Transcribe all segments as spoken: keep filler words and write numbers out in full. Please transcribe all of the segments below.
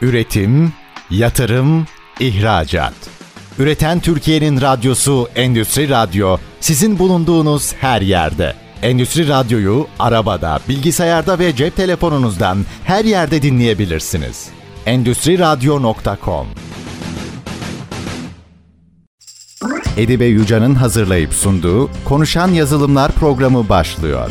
Üretim, yatırım, ihracat. Üreten Türkiye'nin radyosu Endüstri Radyo, sizin bulunduğunuz her yerde. Endüstri Radyo'yu arabada, bilgisayarda ve cep telefonunuzdan her yerde dinleyebilirsiniz. endüstri radyo nokta com. Edibe Yuca'nın hazırlayıp sunduğu Konuşan Yazılımlar programı başlıyor.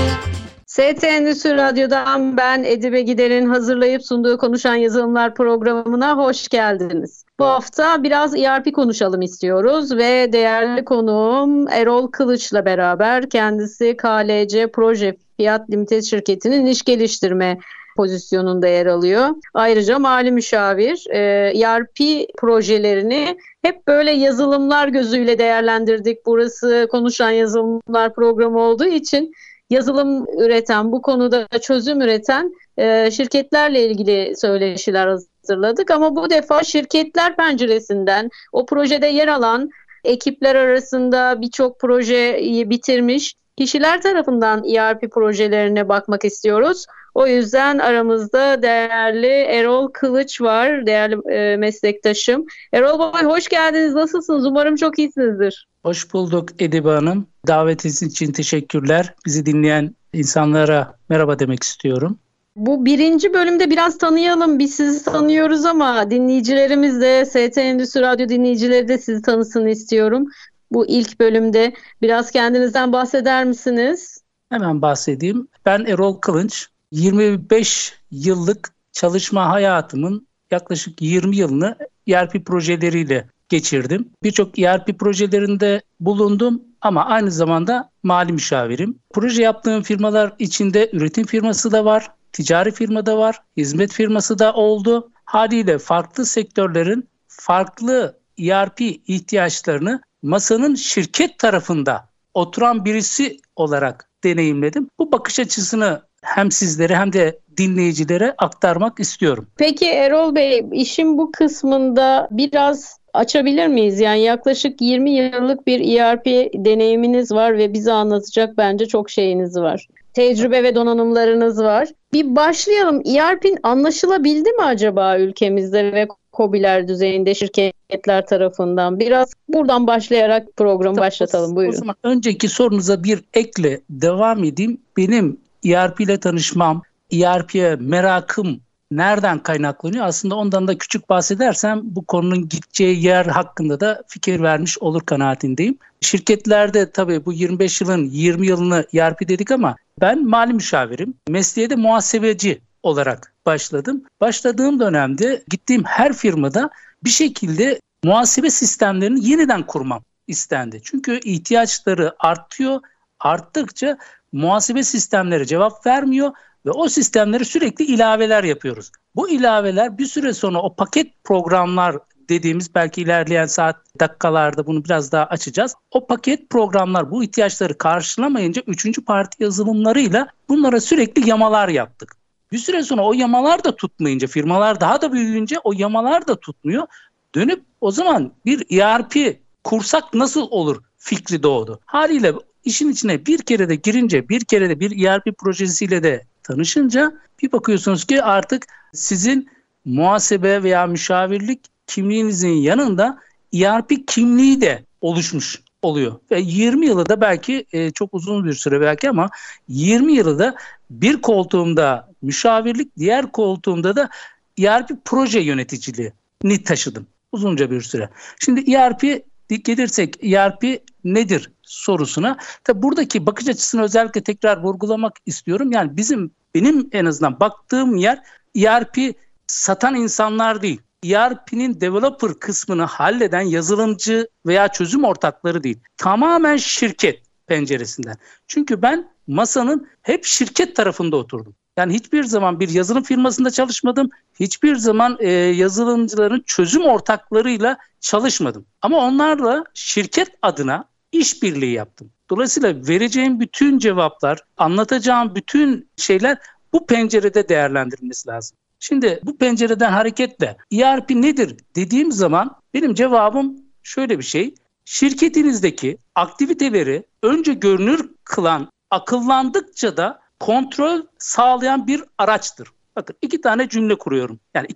S T Endüstri Radyo'dan ben Edibe Gider'in hazırlayıp sunduğu Konuşan Yazılımlar programına hoş geldiniz. Bu hafta biraz E R P konuşalım istiyoruz ve değerli konuğum Erol Kılıç'la beraber kendisi K L C Proje Fiyat Limited şirketinin iş geliştirme pozisyonunda yer alıyor. Ayrıca mali müşavir, E R P projelerini hep böyle yazılımlar gözüyle değerlendirdik. Burası Konuşan Yazılımlar programı olduğu için yazılım üreten, bu konuda çözüm üreten e, şirketlerle ilgili söyleşiler hazırladık. Ama bu defa şirketler penceresinden o projede yer alan ekipler arasında birçok projeyi bitirmiş kişiler tarafından E R P projelerine bakmak istiyoruz. O yüzden aramızda değerli Erol Kılıç var, değerli e, meslektaşım. Erol Bey hoş geldiniz, nasılsınız? Umarım çok iyisinizdir. Hoş bulduk Edibe Hanım. Davetiniz için teşekkürler. Bizi dinleyen insanlara merhaba demek istiyorum. Bu birinci bölümde biraz tanıyalım. Biz sizi tanıyoruz ama dinleyicilerimiz de, S T Endüstri Radyo dinleyicileri de sizi tanısın istiyorum. Bu ilk bölümde biraz kendinizden bahseder misiniz? Hemen bahsedeyim. Ben Erol Kılıç. yirmi beş yıllık çalışma hayatımın yaklaşık yirmi yılını E R P projeleriyle geçirdim. Birçok E R P projelerinde bulundum ama aynı zamanda mali müşavirim. Proje yaptığım firmalar içinde üretim firması da var, ticari firma da var, hizmet firması da oldu. Haliyle farklı sektörlerin farklı E R P ihtiyaçlarını masanın şirket tarafında oturan birisi olarak deneyimledim. Bu bakış açısını hem sizlere hem de dinleyicilere aktarmak istiyorum. Peki Erol Bey, işin bu kısmında biraz açabilir miyiz? Yani yaklaşık yirmi yıllık bir E R P deneyiminiz var ve bize anlatacak bence çok şeyiniz var. Tecrübe ve donanımlarınız var. Bir başlayalım. E R P'nin anlaşılabildi mi acaba ülkemizde ve KOBİ'ler düzeyinde şirketler tarafından? Biraz buradan başlayarak programı Tabii, başlatalım. Buyurun. O zaman önceki sorunuza bir ekle devam edeyim. Benim E R P ile tanışmam, E R P'ye merakım nereden kaynaklanıyor? Aslında ondan da küçük bahsedersem bu konunun gideceği yer hakkında da fikir vermiş olur kanaatindeyim. Şirketlerde tabii bu yirmi beş yılın yirmi yılını E R P dedik ama ben mali müşavirim. Mesleğe de muhasebeci olarak başladım. Başladığım dönemde gittiğim her firmada bir şekilde muhasebe sistemlerini yeniden kurmam istendi. Çünkü ihtiyaçları artıyor, arttıkça muhasebe sistemleri cevap vermiyor ve o sistemlere sürekli ilaveler yapıyoruz. Bu ilaveler bir süre sonra o paket programlar dediğimiz, belki ilerleyen saat dakikalarda bunu biraz daha açacağız. O paket programlar bu ihtiyaçları karşılamayınca üçüncü parti yazılımlarıyla bunlara sürekli yamalar yaptık. Bir süre sonra o yamalar da tutmayınca, firmalar daha da büyüyünce o yamalar da tutmuyor. Dönüp o zaman bir E R P kursak nasıl olur fikri doğdu. Haliyle İşin içine bir kere de girince, bir kere de bir E R P projesiyle de tanışınca bir bakıyorsunuz ki artık sizin muhasebe veya müşavirlik kimliğinizin yanında E R P kimliği de oluşmuş oluyor. Ve yirmi yılı da belki e, çok uzun bir süre belki ama yirmi yılı da bir koltuğumda müşavirlik, diğer koltuğumda da E R P proje yöneticiliğini taşıdım uzunca bir süre. Şimdi E R P gelirsek, E R P nedir sorusuna, tabi buradaki bakış açısını özellikle tekrar vurgulamak istiyorum. Yani bizim benim en azından baktığım yer E R P satan insanlar değil. E R P'nin developer kısmını halleden yazılımcı veya çözüm ortakları değil. Tamamen şirket penceresinden. Çünkü ben masanın hep şirket tarafında oturdum. Yani hiçbir zaman bir yazılım firmasında çalışmadım. Hiçbir zaman e, yazılımcıların çözüm ortaklarıyla çalışmadım. Ama onlarla şirket adına işbirliği yaptım. Dolayısıyla vereceğim bütün cevaplar, anlatacağım bütün şeyler bu pencerede değerlendirilmesi lazım. Şimdi bu pencereden hareketle E R P nedir dediğim zaman benim cevabım şöyle bir şey. Şirketinizdeki aktiviteleri önce görünür kılan, akıllandıkça da kontrol sağlayan bir araçtır. Bakın iki tane cümle kuruyorum. Yani iki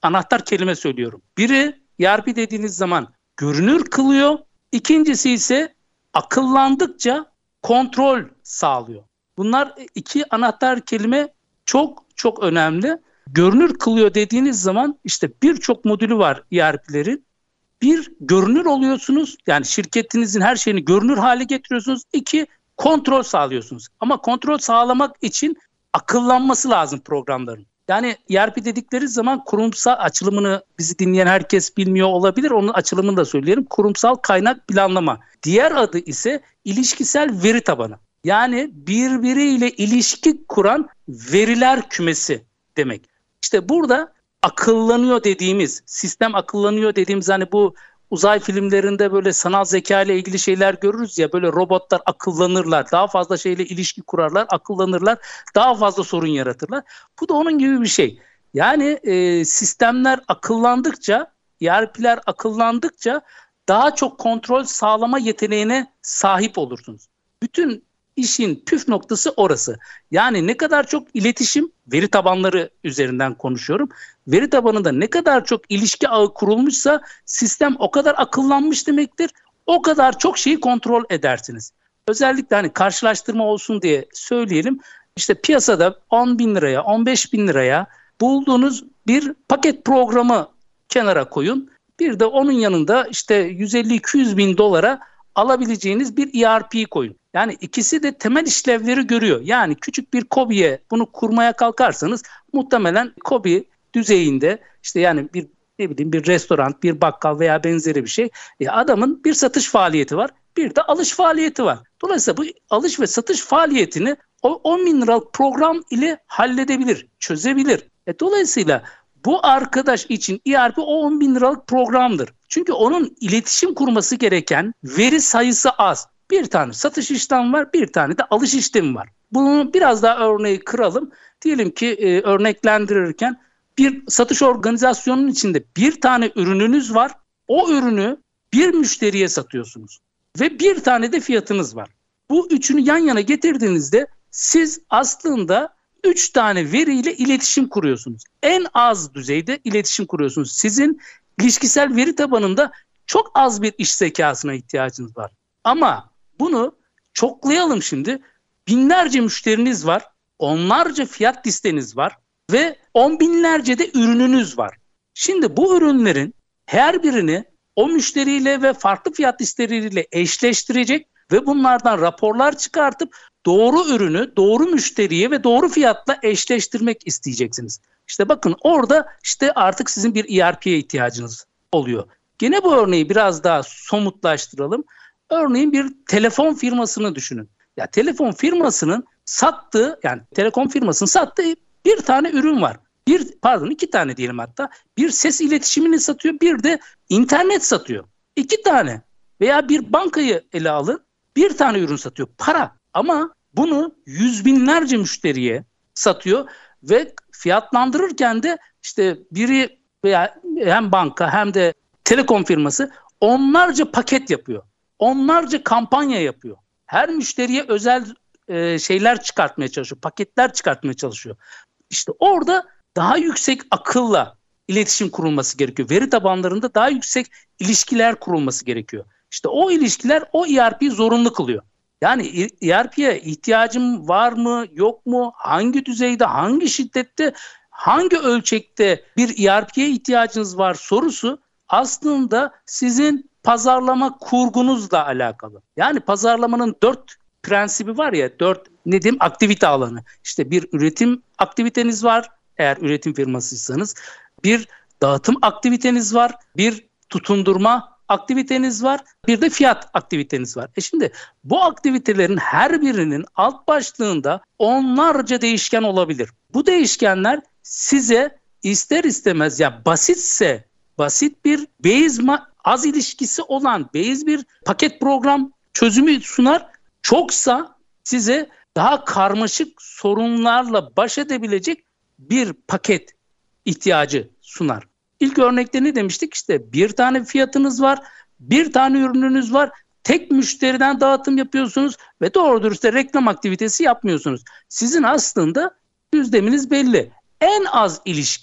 anahtar kelime söylüyorum. Biri E R P dediğiniz zaman görünür kılıyor. İkincisi ise akıllandıkça kontrol sağlıyor. Bunlar iki anahtar kelime çok çok önemli. Görünür kılıyor dediğiniz zaman işte birçok modülü var E R P'lerin. Bir, görünür oluyorsunuz. Yani şirketinizin her şeyini görünür hale getiriyorsunuz. İki, kontrol sağlıyorsunuz. Ama kontrol sağlamak için akıllanması lazım programların. Yani E R P dedikleri zaman kurumsal açılımını bizi dinleyen herkes bilmiyor olabilir. Onun açılımını da söyleyelim. Kurumsal kaynak planlama. Diğer adı ise ilişkisel veri tabanı. Yani birbiriyle ilişki kuran veriler kümesi demek. İşte burada akıllanıyor dediğimiz, sistem akıllanıyor dediğimiz hani bu uzay filmlerinde böyle sanal zeka ile ilgili şeyler görürüz ya, böyle robotlar akıllanırlar, daha fazla şeyle ilişki kurarlar, akıllanırlar, daha fazla sorun yaratırlar. Bu da onun gibi bir şey. Yani e, sistemler akıllandıkça, E R P'ler akıllandıkça daha çok kontrol sağlama yeteneğine sahip olursunuz. Bütün işin püf noktası orası. Yani ne kadar çok iletişim, veri tabanları üzerinden konuşuyorum. Veri tabanında ne kadar çok ilişki ağı kurulmuşsa sistem o kadar akıllanmış demektir. O kadar çok şeyi kontrol edersiniz. Özellikle hani karşılaştırma olsun diye söyleyelim. İşte piyasada on bin liraya, on beş bin liraya bulduğunuz bir paket programı kenara koyun. Bir de onun yanında işte yüz elli iki yüz bin dolara alabileceğiniz bir E R P koyun. Yani ikisi de temel işlevleri görüyor. Yani küçük bir KOBİ'ye bunu kurmaya kalkarsanız muhtemelen KOBİ düzeyinde işte yani bir ne bileyim bir restoran, bir bakkal veya benzeri bir şey. E adamın bir satış faaliyeti var, bir de alış faaliyeti var. Dolayısıyla bu alış ve satış faaliyetini o on bin liralık program ile halledebilir, çözebilir. E dolayısıyla bu arkadaş için E R P o on bin liralık programdır. Çünkü onun iletişim kurması gereken veri sayısı az. Bir tane satış işlemi var, bir tane de alış işlemi var. Bunu biraz daha örneği kıralım. Diyelim ki e, örneklendirirken bir satış organizasyonunun içinde bir tane ürününüz var. O ürünü bir müşteriye satıyorsunuz. Ve bir tane de fiyatınız var. Bu üçünü yan yana getirdiğinizde siz aslında üç tane veriyle iletişim kuruyorsunuz. En az düzeyde iletişim kuruyorsunuz. Sizin ilişkisel veri tabanında çok az bir iş zekasına ihtiyacınız var. Ama bunu çoklayalım şimdi. Binlerce müşteriniz var, onlarca fiyat listeniz var ve on binlerce de ürününüz var. Şimdi bu ürünlerin her birini o müşteriyle ve farklı fiyat listeleriyle eşleştirecek ve bunlardan raporlar çıkartıp doğru ürünü doğru müşteriye ve doğru fiyatla eşleştirmek isteyeceksiniz. İşte bakın orada işte artık sizin bir E R P'ye ihtiyacınız oluyor. Gene bu örneği biraz daha somutlaştıralım. Örneğin bir telefon firmasını düşünün. Ya telefon firmasının sattığı yani telekom firmasının sattığı bir tane ürün var. Bir pardon iki tane diyelim hatta. Bir ses iletişimini satıyor, bir de internet satıyor. İki tane veya bir bankayı ele alın. Bir tane ürün satıyor. Para. Ama bunu yüz binlerce müşteriye satıyor ve fiyatlandırırken de işte biri veya hem banka hem de telekom firması onlarca paket yapıyor. Onlarca kampanya yapıyor. Her müşteriye özel e, şeyler çıkartmaya çalışıyor. Paketler çıkartmaya çalışıyor. İşte orada daha yüksek akılla iletişim kurulması gerekiyor. Veri tabanlarında daha yüksek ilişkiler kurulması gerekiyor. İşte o ilişkiler o E R P'yi zorunlu kılıyor. Yani E R P'ye ihtiyacım var mı, yok mu, hangi düzeyde, hangi şiddette, hangi ölçekte bir E R P'ye ihtiyacınız var sorusu aslında sizin pazarlama kurgunuzla alakalı. Yani pazarlamanın dört prensibi var ya, dört ne diyeyim aktivite alanı. İşte bir üretim aktiviteniz var eğer üretim firmasıysanız. Bir dağıtım aktiviteniz var. Bir tutundurma aktiviteniz var. Bir de fiyat aktiviteniz var. E şimdi bu aktivitelerin her birinin alt başlığında onlarca değişken olabilir. Bu değişkenler size ister istemez ya basitse basit bir base az ilişkisi olan base bir paket program çözümü sunar. Çoksa size daha karmaşık sorunlarla baş edebilecek bir paket ihtiyacı sunar. İlk örnekte ne demiştik? İşte bir tane fiyatınız var, bir tane ürününüz var, tek müşteriden dağıtım yapıyorsunuz ve doğru dürüst reklam aktivitesi yapmıyorsunuz. Sizin aslında düzleminiz belli. En az ilişki.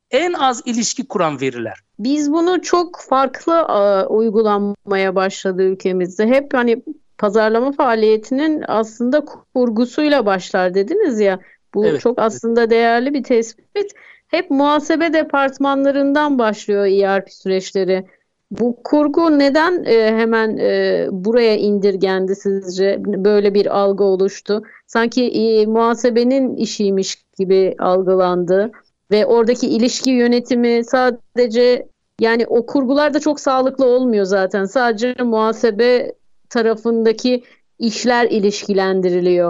en az ilişki kuran veriler. Biz bunu çok farklı a, uygulanmaya başladı ülkemizde. Hep hani pazarlama faaliyetinin aslında kurgusuyla başlar dediniz ya. Bu Evet, çok aslında evet. değerli bir tespit. Hep muhasebe departmanlarından başlıyor E R P süreçleri. Bu kurgu neden e, hemen e, buraya indirgendi sizce? Böyle bir algı oluştu. Sanki e, muhasebenin işiymiş gibi algılandı. Ve oradaki ilişki yönetimi sadece, yani o kurgular da çok sağlıklı olmuyor zaten. Sadece muhasebe tarafındaki işler ilişkilendiriliyor.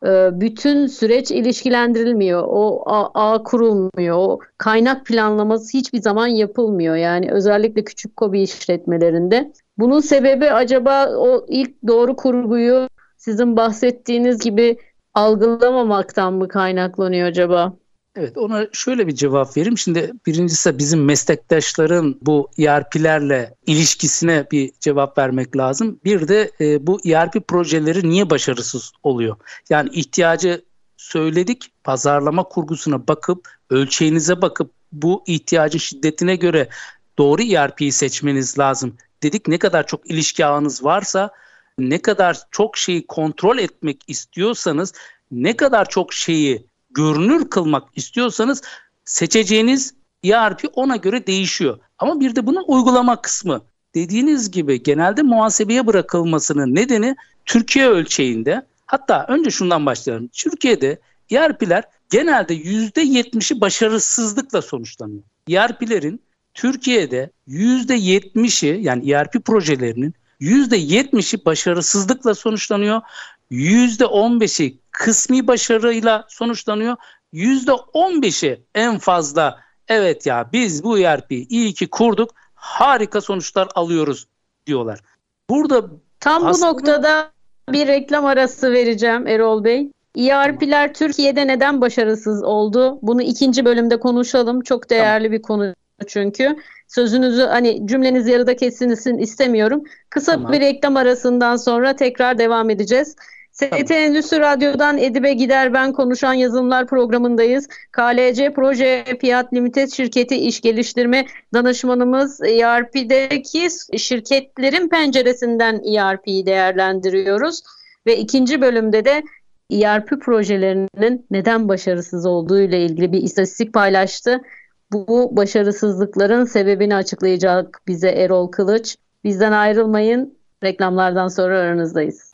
Bütün süreç ilişkilendirilmiyor. O ağ, ağ kurulmuyor. O kaynak planlaması hiçbir zaman yapılmıyor. Yani özellikle küçük KOBİ işletmelerinde. Bunun sebebi acaba o ilk doğru kurguyu sizin bahsettiğiniz gibi algılamamaktan mı kaynaklanıyor acaba? Evet, ona şöyle bir cevap vereyim. Şimdi birincisi bizim meslektaşların bu E R P'lerle ilişkisine bir cevap vermek lazım. Bir de e, bu E R P projeleri niye başarısız oluyor? Yani ihtiyacı söyledik, pazarlama kurgusuna bakıp, ölçeğinize bakıp bu ihtiyacın şiddetine göre doğru E R P'yi seçmeniz lazım dedik. Ne kadar çok ilişki ağınız varsa, ne kadar çok şeyi kontrol etmek istiyorsanız, ne kadar çok şeyi görünür kılmak istiyorsanız seçeceğiniz E R P ona göre değişiyor. Ama bir de bunun uygulama kısmı. Dediğiniz gibi genelde muhasebeye bırakılmasının nedeni Türkiye ölçeğinde, hatta önce şundan başlayalım. Türkiye'de E R P'ler genelde yüzde yetmişi başarısızlıkla sonuçlanıyor. E R P'lerin Türkiye'de yüzde yetmişi, yani E R P projelerinin yüzde yetmişi başarısızlıkla sonuçlanıyor. yüzde on beşi kısmi başarıyla sonuçlanıyor. yüzde on beşi en fazla evet ya biz bu E R P'yi iyi ki kurduk, harika sonuçlar alıyoruz diyorlar. Burada tam aslında... bu noktada bir reklam arası vereceğim Erol Bey. E R P'ler Türkiye'de neden başarısız oldu? Bunu ikinci bölümde konuşalım. Çok değerli tamam. bir konu çünkü. Sözünüzü, hani cümleniz yarıda kesilsin istemiyorum. Kısa tamam. bir reklam arasından sonra tekrar devam edeceğiz. S T Endüstri Radyo'dan Edibe Gider ben konuşan yazılımlar programındayız. K L C Proje Fiyat Limited şirketi iş geliştirme danışmanımız. E R P'deki şirketlerin penceresinden E R P'yi değerlendiriyoruz. Ve ikinci bölümde de E R P projelerinin neden başarısız olduğu ile ilgili bir istatistik paylaştı. Bu başarısızlıkların sebebini açıklayacak bize Erol Kılıç. Bizden ayrılmayın. Reklamlardan sonra aranızdayız.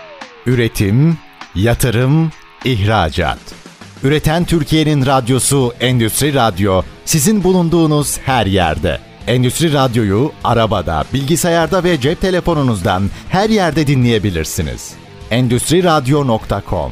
Üretim, yatırım, ihracat. Üreten Türkiye'nin radyosu Endüstri Radyo, sizin bulunduğunuz her yerde. Endüstri Radyo'yu arabada, bilgisayarda ve cep telefonunuzdan her yerde dinleyebilirsiniz. endüstri radyo nokta com.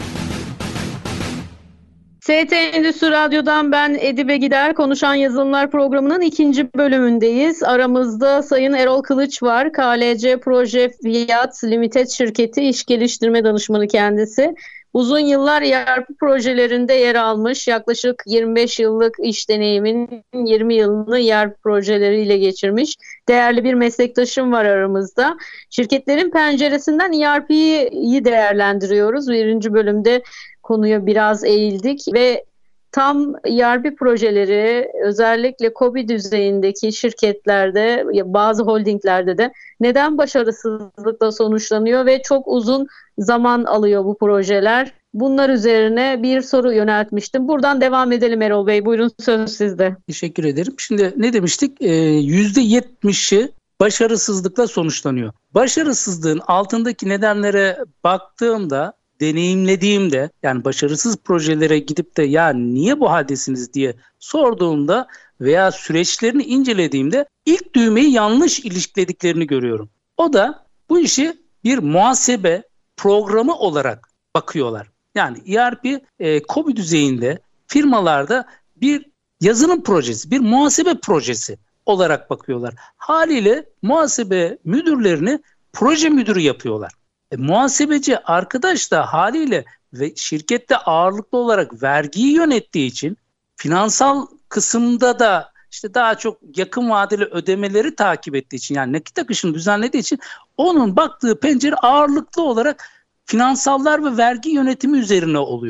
S T Endüstri Radyo'dan ben Edibe Gider konuşan yazılımlar programının ikinci bölümündeyiz. Aramızda Sayın Erol Kılıç var. K L C Proje Fiyat Limited şirketi iş geliştirme danışmanı kendisi. Uzun yıllar E R P projelerinde yer almış. Yaklaşık yirmi beş yıllık iş deneyimin yirmi yılını E R P projeleriyle geçirmiş. Değerli bir meslektaşım var aramızda. Şirketlerin penceresinden E R P'yi değerlendiriyoruz. Birinci bölümde konuya biraz eğildik ve tam E R P projeleri özellikle KOBİ düzeyindeki şirketlerde, bazı holdinglerde de neden başarısızlıkla sonuçlanıyor ve çok uzun zaman alıyor bu projeler. Bunlar üzerine bir soru yöneltmiştim. Buradan devam edelim Erol Bey. Buyurun, söz sizde. Teşekkür ederim. Şimdi ne demiştik? Ee, yüzde yetmişi başarısızlıkla sonuçlanıyor. Başarısızlığın altındaki nedenlere baktığımda, deneyimlediğimde, yani başarısız projelere gidip de ya niye bu haldesiniz diye sorduğumda veya süreçlerini incelediğimde ilk düğmeyi yanlış ilişkilediklerini görüyorum. O da bu işi bir muhasebe programı olarak bakıyorlar. Yani E R P e, KOBİ düzeyinde firmalarda bir yazılım projesi, bir muhasebe projesi olarak bakıyorlar. Haliyle muhasebe müdürlerini proje müdürü yapıyorlar. E, muhasebeci arkadaş da haliyle ve şirkette ağırlıklı olarak vergiyi yönettiği için finansal kısımda da işte daha çok yakın vadeli ödemeleri takip ettiği için, yani nakit akışını düzenlediği için onun baktığı pencere ağırlıklı olarak finansallar ve vergi yönetimi üzerine oluyor.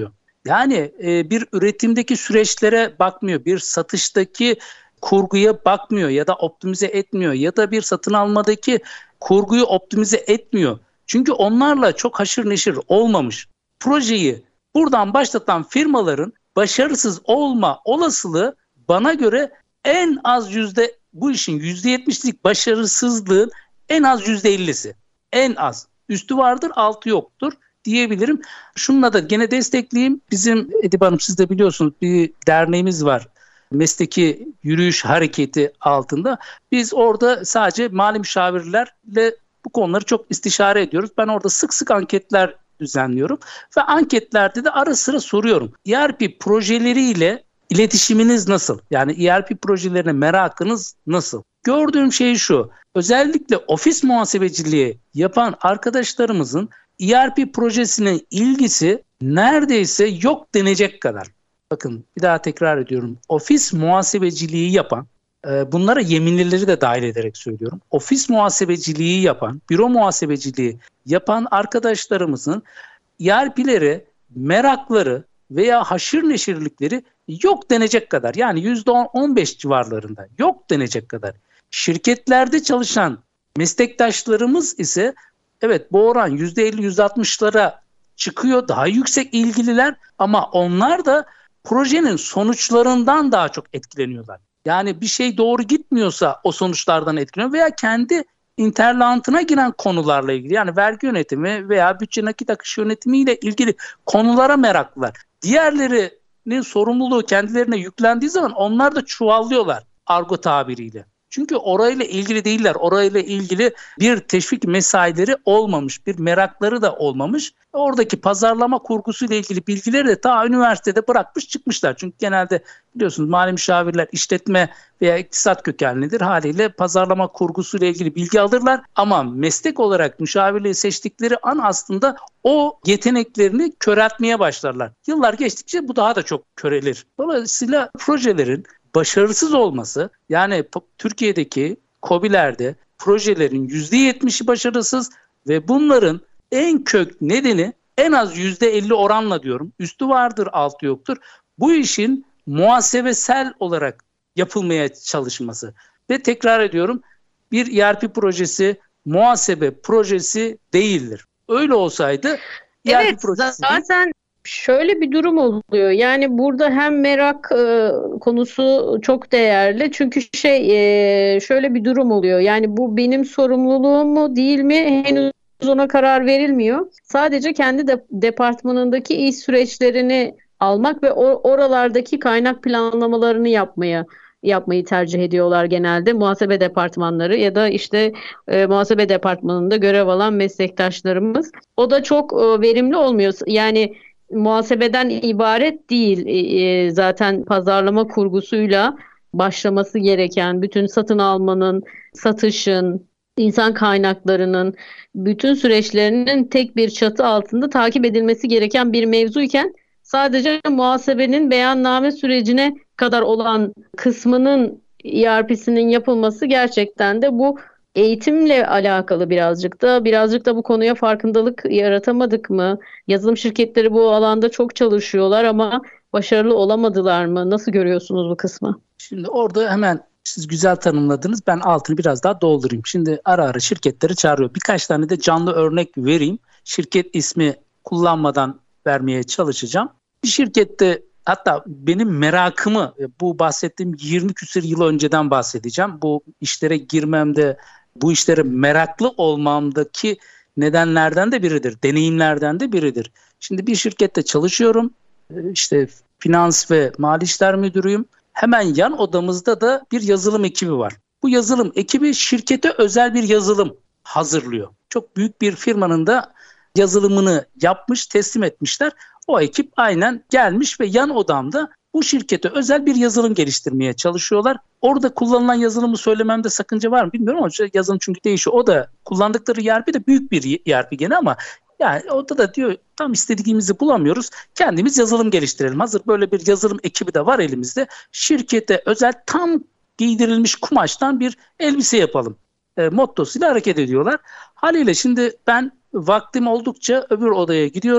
Yani e, bir üretimdeki süreçlere bakmıyor, bir satıştaki kurguya bakmıyor ya da optimize etmiyor ya da bir satın almadaki kurguyu optimize etmiyor. Çünkü onlarla çok haşır neşir olmamış. Projeyi buradan başlatan firmaların başarısız olma olasılığı bana göre en az yüzde, bu işin yüzde yetmişlik başarısızlığın en az yüzde ellisi. En az. Üstü vardır, altı yoktur diyebilirim. Şununla da gene destekleyeyim. Bizim Edip Hanım, siz de biliyorsunuz, bir derneğimiz var. Mesleki Yürüyüş Hareketi altında. Biz orada sadece mali müşavirlerle bu konuları çok istişare ediyoruz. Ben orada sık sık anketler düzenliyorum ve anketlerde de ara sıra soruyorum. E R P projeleriyle iletişiminiz nasıl? Yani E R P projelerine merakınız nasıl? Gördüğüm şey şu. Özellikle ofis muhasebeciliği yapan arkadaşlarımızın E R P projesine ilgisi neredeyse yok denecek kadar. Bakın, bir daha tekrar ediyorum. Ofis muhasebeciliği yapan, bunlara yeminlileri de dahil ederek söylüyorum. Ofis muhasebeciliği yapan, büro muhasebeciliği yapan arkadaşlarımızın E R P'leri, merakları veya haşır neşirlikleri yok denecek kadar. Yani yüzde on beş civarlarında yok denecek kadar. Şirketlerde çalışan meslektaşlarımız ise evet, bu oran yüzde elli yüzde altmışlara çıkıyor. Daha yüksek ilgililer, ama onlar da projenin sonuçlarından daha çok etkileniyorlar. Yani bir şey doğru gitmiyorsa o sonuçlardan etkileniyor veya kendi interlantına giren konularla ilgili, yani vergi yönetimi veya bütçe nakit akışı yönetimiyle ilgili konulara meraklılar. Diğerlerinin sorumluluğu kendilerine yüklendiği zaman onlar da çuvallıyorlar argo tabiriyle. Çünkü orayla ilgili değiller. Orayla ilgili bir teşvik mesaileri olmamış, bir merakları da olmamış. Oradaki pazarlama kurgusuyla ilgili bilgileri de ta üniversitede bırakmış çıkmışlar. Çünkü genelde biliyorsunuz mali müşavirler işletme veya iktisat kökenlidir. Haliyle pazarlama kurgusuyla ilgili bilgi alırlar. Ama meslek olarak müşavirliği seçtikleri an aslında o yeteneklerini köreltmeye başlarlar. Yıllar geçtikçe bu daha da çok körelir. Dolayısıyla projelerin başarısız olması, yani Türkiye'deki KOBİ'lerde projelerin yüzde yetmişi başarısız ve bunların en kök nedeni en az yüzde elli oranla diyorum. Üstü vardır, altı yoktur. Bu işin muhasebesel olarak yapılmaya çalışması. Ve tekrar ediyorum, bir E R P projesi muhasebe projesi değildir. Öyle olsaydı E R P evet, projesi zaten değil. Şöyle bir durum oluyor. Yani burada hem merak e, konusu çok değerli. Çünkü şey e, şöyle bir durum oluyor. Yani bu benim sorumluluğum mu değil mi? Henüz ona karar verilmiyor. Sadece kendi de, departmanındaki iş süreçlerini almak ve or, oralardaki kaynak planlamalarını yapmaya yapmayı tercih ediyorlar genelde muhasebe departmanları ya da işte e, muhasebe departmanında görev alan meslektaşlarımız. O da çok e, verimli olmuyor. Yani muhasebeden ibaret değil. E, zaten pazarlama kurgusuyla başlaması gereken, bütün satın almanın, satışın, insan kaynaklarının bütün süreçlerinin tek bir çatı altında takip edilmesi gereken bir mevzuyken sadece muhasebenin beyanname sürecine kadar olan kısmının E R P'sinin yapılması gerçekten de bu eğitimle alakalı birazcık da birazcık da bu konuya farkındalık yaratamadık mı? Yazılım şirketleri bu alanda çok çalışıyorlar ama başarılı olamadılar mı? Nasıl görüyorsunuz bu kısmı? Şimdi orada hemen siz güzel tanımladınız. Ben altını biraz daha doldurayım. Şimdi ara ara şirketleri çağırıyor. Birkaç tane de canlı örnek vereyim. Şirket ismi kullanmadan vermeye çalışacağım. Bir şirkette, hatta benim merakımı, bu bahsettiğim yirmi küsur yıl önceden bahsedeceğim. Bu işlere girmemde, bu işlere meraklı olmamdaki nedenlerden de biridir. Deneyimlerden de biridir. Şimdi bir şirkette çalışıyorum. İşte finans ve mali işler müdürüyüm. Hemen yan odamızda da bir yazılım ekibi var. Bu yazılım ekibi şirkete özel bir yazılım hazırlıyor. Çok büyük bir firmanın da yazılımını yapmış, teslim etmişler. O ekip aynen gelmiş ve yan odamda bu şirkete özel bir yazılım geliştirmeye çalışıyorlar. Orada kullanılan yazılımı söylememde sakınca var mı bilmiyorum ama yazılım çünkü değişiyor. O da kullandıkları E R P de büyük bir E R P gene ama yani orada da diyor tam istediğimizi bulamıyoruz. Kendimiz yazılım geliştirelim. Hazır böyle bir yazılım ekibi de var elimizde. Şirkete özel tam giydirilmiş kumaştan bir elbise yapalım e, mottosuyla hareket ediyorlar. Haliyle şimdi ben vaktim oldukça öbür odaya gidiyorum.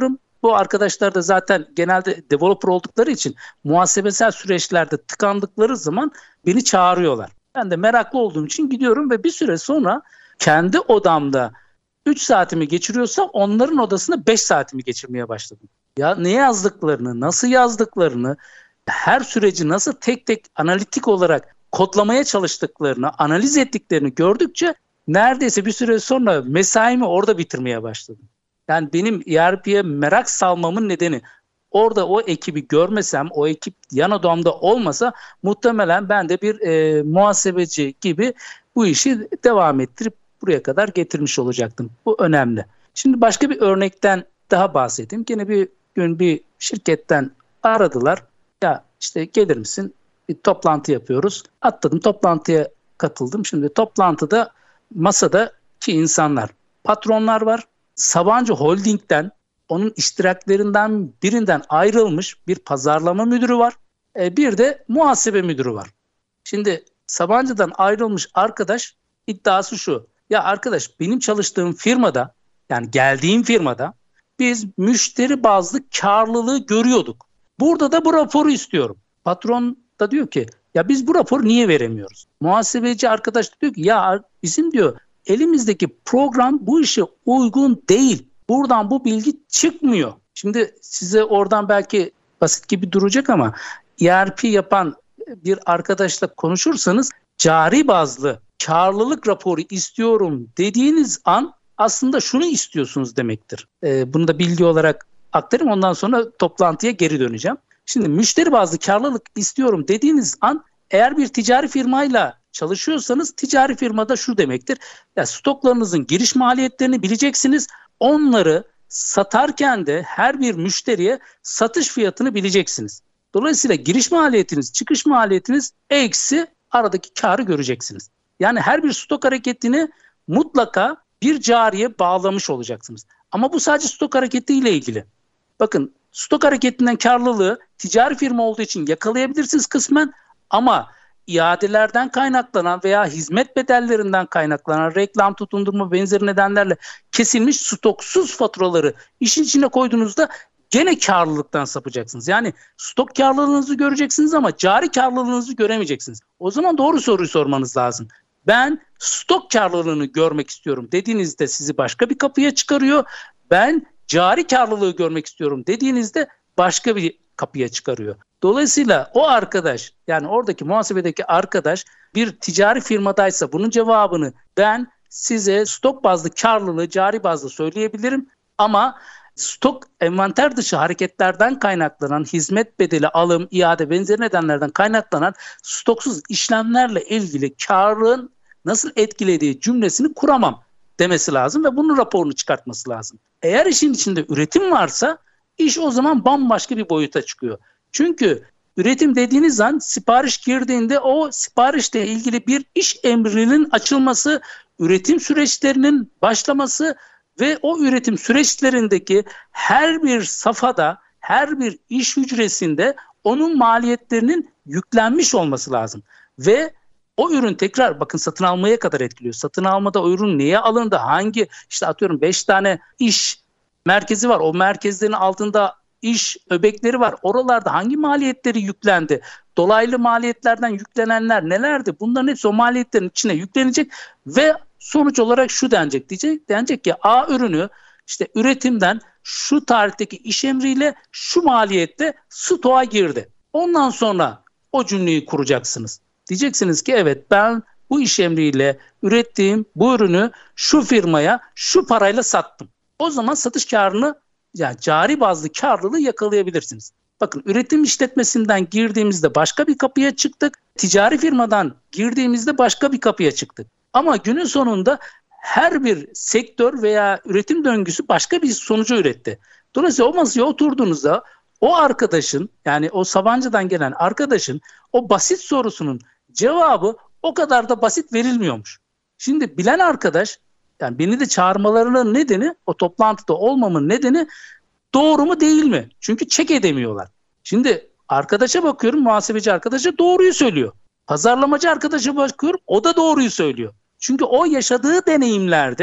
Bu arkadaşlar da zaten genelde developer oldukları için muhasebesel süreçlerde tıkandıkları zaman beni çağırıyorlar. Ben de meraklı olduğum için gidiyorum ve bir süre sonra kendi odamda üç saatimi geçiriyorsa onların odasında beş saatimi geçirmeye başladım. Ya ne yazdıklarını, nasıl yazdıklarını, her süreci nasıl tek tek analitik olarak kodlamaya çalıştıklarını, analiz ettiklerini gördükçe neredeyse bir süre sonra mesaimi orada bitirmeye başladım. Yani benim E R P'ye merak salmamın nedeni orada o ekibi görmesem, o ekip yan odamda olmasa muhtemelen ben de bir e, muhasebeci gibi bu işi devam ettirip buraya kadar getirmiş olacaktım. Bu önemli. Şimdi başka bir örnekten daha bahsedeyim. Yine bir gün bir şirketten aradılar. Ya işte gelir misin? Bir toplantı yapıyoruz. Atladım, toplantıya katıldım. Şimdi toplantıda masadaki insanlar, patronlar var. Sabancı Holding'den, onun iştiraklerinden birinden ayrılmış bir pazarlama müdürü var. E, bir de muhasebe müdürü var. Şimdi Sabancı'dan ayrılmış arkadaş iddiası şu. Ya arkadaş, benim çalıştığım firmada, yani geldiğim firmada biz müşteri bazlı karlılığı görüyorduk. Burada da bu raporu istiyorum. Patron da diyor ki ya biz bu raporu niye veremiyoruz? Muhasebeci arkadaş da diyor ki ya bizim diyor elimizdeki program bu işe uygun değil. Buradan bu bilgi çıkmıyor. Şimdi size oradan belki basit gibi duracak ama E R P yapan bir arkadaşla konuşursanız cari bazlı karlılık raporu istiyorum dediğiniz an aslında şunu istiyorsunuz demektir. Ee, bunu da bilgi olarak aktarayım, ondan sonra toplantıya geri döneceğim. Şimdi müşteri bazlı karlılık istiyorum dediğiniz an eğer bir ticari firmayla çalışıyorsanız ticari firmada şu demektir. Ya stoklarınızın giriş maliyetlerini bileceksiniz. Onları satarken de her bir müşteriye satış fiyatını bileceksiniz. Dolayısıyla giriş maliyetiniz, çıkış maliyetiniz eksi aradaki karı göreceksiniz. Yani her bir stok hareketini mutlaka bir cariye bağlamış olacaksınız. Ama bu sadece stok hareketiyle ilgili. Bakın, stok hareketinden karlılığı ticari firma olduğu için yakalayabilirsiniz kısmen ama iadelerden kaynaklanan veya hizmet bedellerinden kaynaklanan reklam, tutundurma benzeri nedenlerle kesilmiş stoksuz faturaları işin içine koyduğunuzda gene karlılıktan sapacaksınız. Yani stok karlılığınızı göreceksiniz ama cari karlılığınızı göremeyeceksiniz. O zaman doğru soruyu sormanız lazım. Ben stok karlılığını görmek istiyorum dediğinizde sizi başka bir kapıya çıkarıyor. Ben cari karlılığı görmek istiyorum dediğinizde başka bir kapıya çıkarıyor. Dolayısıyla o arkadaş, yani oradaki muhasebedeki arkadaş bir ticari firmadaysa bunun cevabını ben size stok bazlı karlılığı cari bazlı söyleyebilirim ama stok envanter dışı hareketlerden kaynaklanan hizmet bedeli, alım, iade benzeri nedenlerden kaynaklanan stoksuz işlemlerle ilgili karlılığın nasıl etkilediği cümlesini kuramam demesi lazım ve bunun raporunu çıkartması lazım. Eğer işin içinde üretim varsa iş o zaman bambaşka bir boyuta çıkıyor. Çünkü üretim dediğiniz an sipariş girdiğinde o siparişle ilgili bir iş emrinin açılması, üretim süreçlerinin başlaması ve o üretim süreçlerindeki her bir safhada, her bir iş hücresinde onun maliyetlerinin yüklenmiş olması lazım. Ve o ürün tekrar bakın satın almaya kadar etkiliyor. Satın almada o ürün neye alındı, hangi işte atıyorum beş tane iş merkezi var. O merkezlerin altında iş öbekleri var. Oralarda hangi maliyetleri yüklendi? Dolaylı maliyetlerden yüklenenler nelerdi? Bunların hepsi o maliyetlerin içine yüklenecek ve sonuç olarak şu denecek diyecek. Denecek ki A ürünü işte üretimden şu tarihteki iş emriyle şu maliyette stoğa girdi. Ondan sonra o cümleyi kuracaksınız. Diyeceksiniz ki evet ben bu iş emriyle ürettiğim bu ürünü şu firmaya şu parayla sattım. O zaman satış karını, yani cari bazlı karlılığı yakalayabilirsiniz. Bakın, üretim işletmesinden girdiğimizde başka bir kapıya çıktık. Ticari firmadan girdiğimizde başka bir kapıya çıktık. Ama günün sonunda her bir sektör veya üretim döngüsü başka bir sonucu üretti. Dolayısıyla o masaya oturduğunuzda o arkadaşın, yani o Sabancı'dan gelen arkadaşın o basit sorusunun cevabı o kadar da basit verilmiyormuş. Şimdi bilen arkadaş, yani beni de çağırmalarının nedeni, o toplantıda olmamın nedeni doğru mu değil mi? Çünkü çek edemiyorlar. Şimdi arkadaşa bakıyorum, muhasebeci arkadaşa doğruyu söylüyor. Pazarlamacı arkadaşa bakıyorum, o da doğruyu söylüyor. Çünkü o yaşadığı deneyimlerde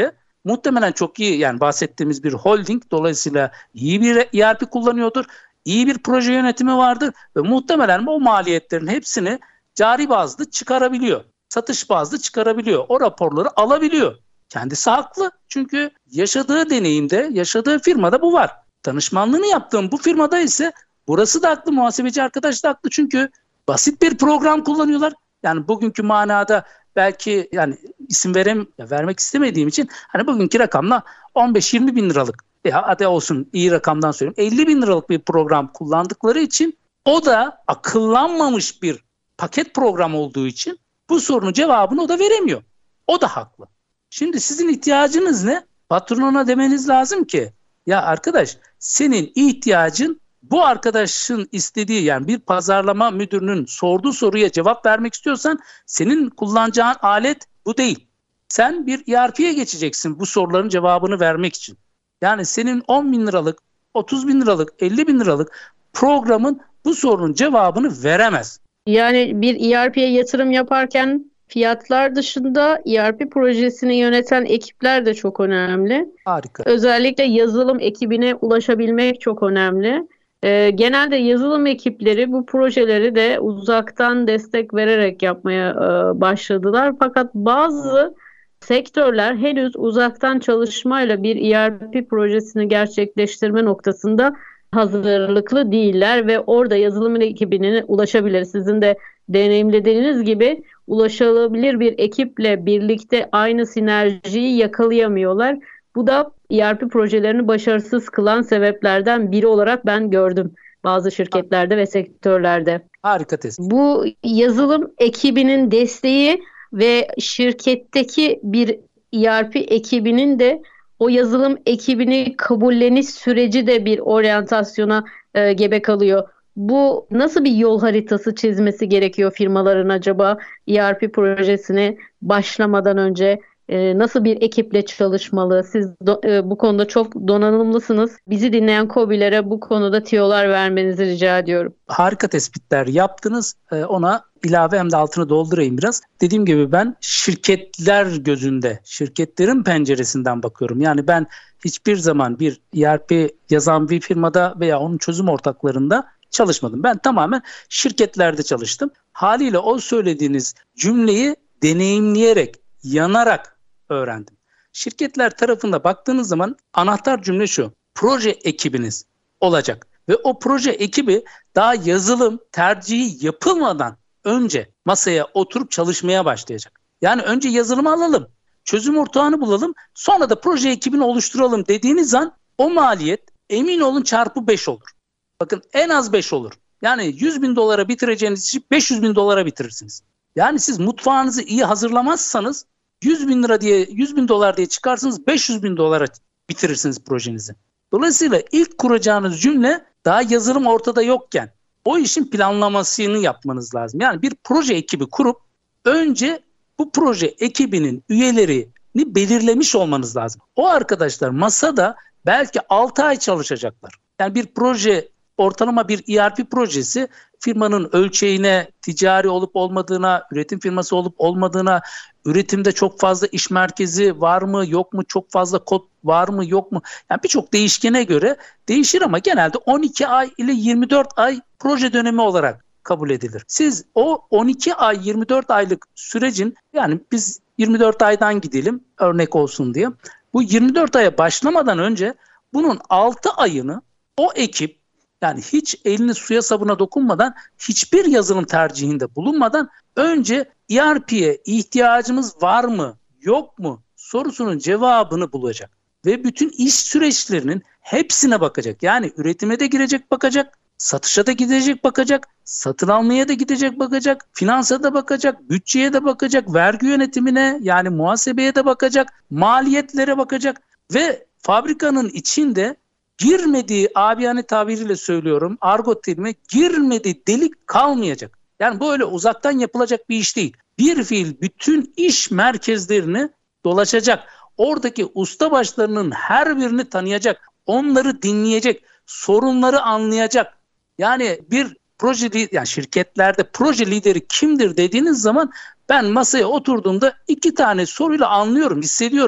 muhtemelen çok iyi, yani bahsettiğimiz bir holding, dolayısıyla iyi bir E R P kullanıyordur. İyi bir proje yönetimi vardır ve muhtemelen o maliyetlerin hepsini cari bazlı çıkarabiliyor. Satış bazlı çıkarabiliyor. O raporları alabiliyor. Kendisi haklı. Çünkü yaşadığı deneyimde, yaşadığı firmada bu var. Danışmanlığını yaptığım bu firmada ise burası da haklı, muhasebeci arkadaş da haklı. Çünkü basit bir program kullanıyorlar. Yani bugünkü manada belki, yani isim verem, vermek istemediğim için hani bugünkü rakamla on beş yirmi bin liralık, ya hadi olsun iyi rakamdan söyleyeyim, elli bin liralık bir program kullandıkları için, o da akıllanmamış bir paket program olduğu için bu sorunun cevabını o da veremiyor. O da haklı. Şimdi sizin ihtiyacınız ne? Patronuna demeniz lazım ki ya arkadaş, senin ihtiyacın bu arkadaşın istediği, yani bir pazarlama müdürünün sorduğu soruya cevap vermek istiyorsan senin kullanacağın alet bu değil. Sen bir E R P'ye geçeceksin bu soruların cevabını vermek için. Yani senin on bin liralık, otuz bin liralık, elli bin liralık programın bu sorunun cevabını veremez. Yani bir E R P'ye yatırım yaparken fiyatlar dışında E R P projesini yöneten ekipler de çok önemli. Harika. Özellikle yazılım ekibine ulaşabilmek çok önemli. Ee, genelde yazılım ekipleri bu projeleri de uzaktan destek vererek yapmaya e, başladılar. Fakat bazı sektörler henüz uzaktan çalışmayla bir E R P projesini gerçekleştirme noktasında hazırlıklı değiller ve orada yazılım ekibine ulaşabilir. Sizin de deneyimlediğiniz gibi ulaşılabilir bir ekiple birlikte aynı sinerjiyi yakalayamıyorlar. Bu da E R P projelerini başarısız kılan sebeplerden biri olarak ben gördüm bazı şirketlerde ve sektörlerde. Harika tespit. Bu yazılım ekibinin desteği ve şirketteki bir E R P ekibinin de o yazılım ekibini kabulleniş süreci de bir oryantasyona e, gebe kalıyor. Bu nasıl bir yol haritası çizmesi gerekiyor firmaların acaba E R P projesine başlamadan önce? Ee, nasıl bir ekiple çalışmalı? Siz do, e, bu konuda çok donanımlısınız. Bizi dinleyen KOBİ'lere bu konuda tiyolar vermenizi rica ediyorum. Harika tespitler yaptınız. Ee, ona ilave hem de altını doldurayım biraz. Dediğim gibi ben şirketler gözünde, şirketlerin penceresinden bakıyorum. Yani ben hiçbir zaman bir E R P yazan bir firmada veya onun çözüm ortaklarında çalışmadım. Ben tamamen şirketlerde çalıştım. Haliyle o söylediğiniz cümleyi deneyimleyerek, yanarak öğrendim. Şirketler tarafında baktığınız zaman anahtar cümle şu: proje ekibiniz olacak ve o proje ekibi daha yazılım tercihi yapılmadan önce masaya oturup çalışmaya başlayacak. Yani önce yazılımı alalım, çözüm ortağını bulalım, sonra da proje ekibini oluşturalım dediğiniz an o maliyet emin olun çarpı beş olur. Bakın en az beş olur. Yani yüz bin dolara bitireceğiniz işi beş yüz bin dolara bitirirsiniz. Yani siz mutfağınızı iyi hazırlamazsanız yüz bin lira diye, yüz bin dolar diye çıkarsınız, beş yüz bin dolara bitirirsiniz projenizi. Dolayısıyla ilk kuracağınız cümle daha yazılım ortada yokken o işin planlamasını yapmanız lazım. Yani bir proje ekibi kurup önce bu proje ekibinin üyelerini belirlemiş olmanız lazım. O arkadaşlar masada belki altı ay çalışacaklar. Yani bir proje, ortalama bir E R P projesi firmanın ölçeğine, ticari olup olmadığına, üretim firması olup olmadığına, üretimde çok fazla iş merkezi var mı yok mu, çok fazla kod var mı yok mu? Yani birçok değişkene göre değişir ama genelde on iki ay ile yirmi dört ay proje dönemi olarak kabul edilir. Siz o on iki ay yirmi dört aylık sürecin, yani biz yirmi dört aydan gidelim örnek olsun diye. Bu yirmi dört aya başlamadan önce bunun altı ayını o ekip, yani hiç elini suya sabuna dokunmadan, hiçbir yazılım tercihinde bulunmadan önce E R P'ye ihtiyacımız var mı yok mu sorusunun cevabını bulacak. Ve bütün iş süreçlerinin hepsine bakacak. Yani üretime de girecek bakacak, satışa da gidecek bakacak, satın almaya da gidecek bakacak, finansa da bakacak, bütçeye de bakacak, vergi yönetimine yani muhasebeye de bakacak, maliyetlere bakacak ve fabrikanın içinde girmediği, abiyane tabiriyle söylüyorum, argo terimi, girmediği delik kalmayacak. Yani böyle uzaktan yapılacak bir iş değil. Bir fiil bütün iş merkezlerini dolaşacak. Oradaki ustabaşlarının her birini tanıyacak. Onları dinleyecek. Sorunları anlayacak. Yani bir proje, yani şirketlerde proje lideri kimdir dediğiniz zaman ben masaya oturduğumda iki tane soruyla anlıyorum, hissediyorum.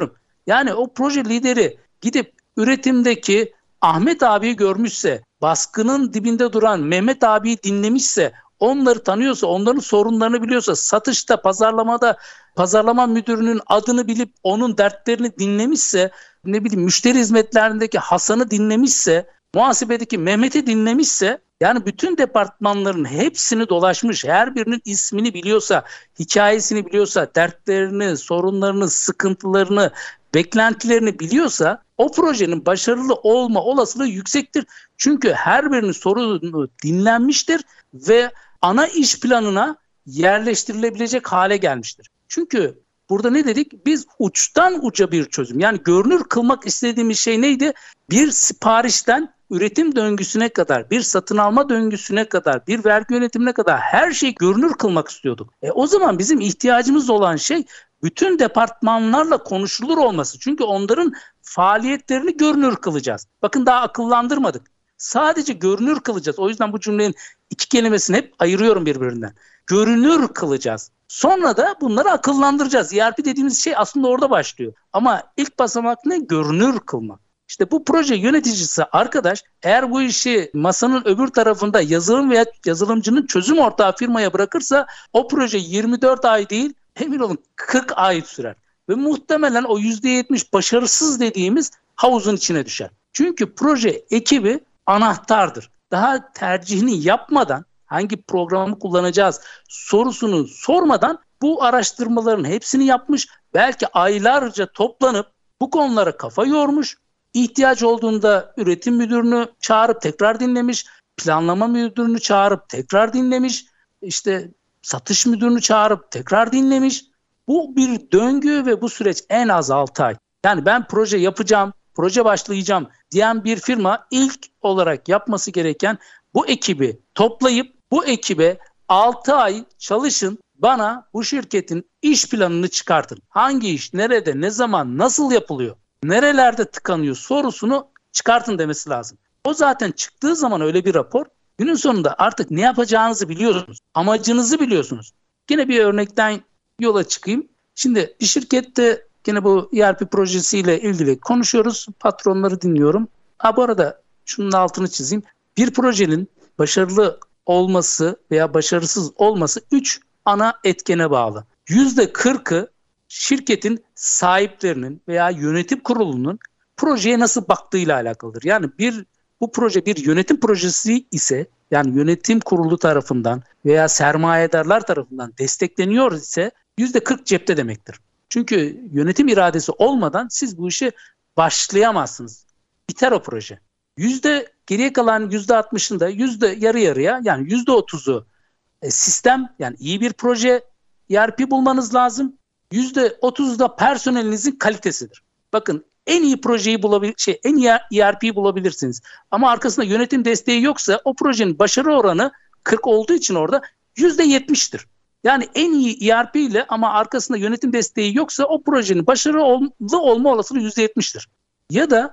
Yani o proje lideri gidip üretimdeki Ahmet abiyi görmüşse, baskının dibinde duran Mehmet abiyi dinlemişse, onları tanıyorsa, onların sorunlarını biliyorsa, satışta, pazarlamada pazarlama müdürünün adını bilip onun dertlerini dinlemişse, ne bileyim müşteri hizmetlerindeki Hasan'ı dinlemişse, muhasebedeki Mehmet'i dinlemişse, yani bütün departmanların hepsini dolaşmış, her birinin ismini biliyorsa, hikayesini biliyorsa, dertlerini, sorunlarını, sıkıntılarını, beklentilerini biliyorsa o projenin başarılı olma olasılığı yüksektir. Çünkü her birinin sorunu dinlenmiştir ve ana iş planına yerleştirilebilecek hale gelmiştir. Çünkü burada ne dedik? Biz uçtan uca bir çözüm. Yani görünür kılmak istediğimiz şey neydi? Bir siparişten üretim döngüsüne kadar, bir satın alma döngüsüne kadar, bir vergi yönetimine kadar her şeyi görünür kılmak istiyorduk. E o zaman bizim ihtiyacımız olan şey bütün departmanlarla konuşulur olması. Çünkü onların faaliyetlerini görünür kılacağız. Bakın daha akıllandırmadık. Sadece görünür kılacağız. O yüzden bu cümlenin iki kelimesini hep ayırıyorum birbirinden. Görünür kılacağız. Sonra da bunları akıllandıracağız. E R P dediğimiz şey aslında orada başlıyor. Ama ilk basamak ne? Görünür kılmak. İşte bu proje yöneticisi arkadaş eğer bu işi masanın öbür tarafında yazılım veya yazılımcının çözüm ortağı firmaya bırakırsa o proje yirmi dört ay değil, emin olun kırk ay sürer. Ve muhtemelen o yüzde yetmiş başarısız dediğimiz havuzun içine düşer. Çünkü proje ekibi anahtardır. Daha tercihini yapmadan, hangi programı kullanacağız sorusunu sormadan bu araştırmaların hepsini yapmış, belki aylarca toplanıp bu konulara kafa yormuş, ihtiyaç olduğunda üretim müdürünü çağırıp tekrar dinlemiş, planlama müdürünü çağırıp tekrar dinlemiş, işte satış müdürünü çağırıp tekrar dinlemiş. Bu bir döngü ve bu süreç en az altı ay. Yani ben proje yapacağım, proje başlayacağım diyen bir firma ilk olarak yapması gereken bu ekibi toplayıp bu ekibe altı ay çalışın, bana bu şirketin iş planını çıkartın. Hangi iş, nerede, ne zaman, nasıl yapılıyor, nerelerde tıkanıyor sorusunu çıkartın demesi lazım. O zaten çıktığı zaman öyle bir rapor, günün sonunda artık ne yapacağınızı biliyorsunuz, amacınızı biliyorsunuz. Yine bir örnekten yola çıkayım. Şimdi bir şirkette yine bu E R P projesiyle ilgili konuşuyoruz. Patronları dinliyorum. Ha bu arada şunun altını çizeyim. Bir projenin başarılı olması veya başarısız olması üç ana etkene bağlı. yüzde kırkı şirketin sahiplerinin veya yönetim kurulunun projeye nasıl baktığıyla alakalıdır. Yani bir bu proje bir yönetim projesi ise, yani yönetim kurulu tarafından veya sermayedarlar tarafından destekleniyor ise yüzde kırk cepte demektir. Çünkü yönetim iradesi olmadan siz bu işe başlayamazsınız. Biter o proje. Yüzde geriye kalan yüzde altmışında yüzde yarı yarıya, yani yüzde otuzu e, sistem, yani iyi bir proje E R P bulmanız lazım. yüzde otuzu da personelinizin kalitesidir. Bakın en iyi projeyi bulabilir, şey en iyi E R P'yi bulabilirsiniz. Ama arkasında yönetim desteği yoksa o projenin başarı oranı kırk olduğu için orada yüzde yetmiştir. Yani en iyi E R P ile ama arkasında yönetim desteği yoksa o projenin başarılı olma olasılığı yüzde yetmiştir. Ya da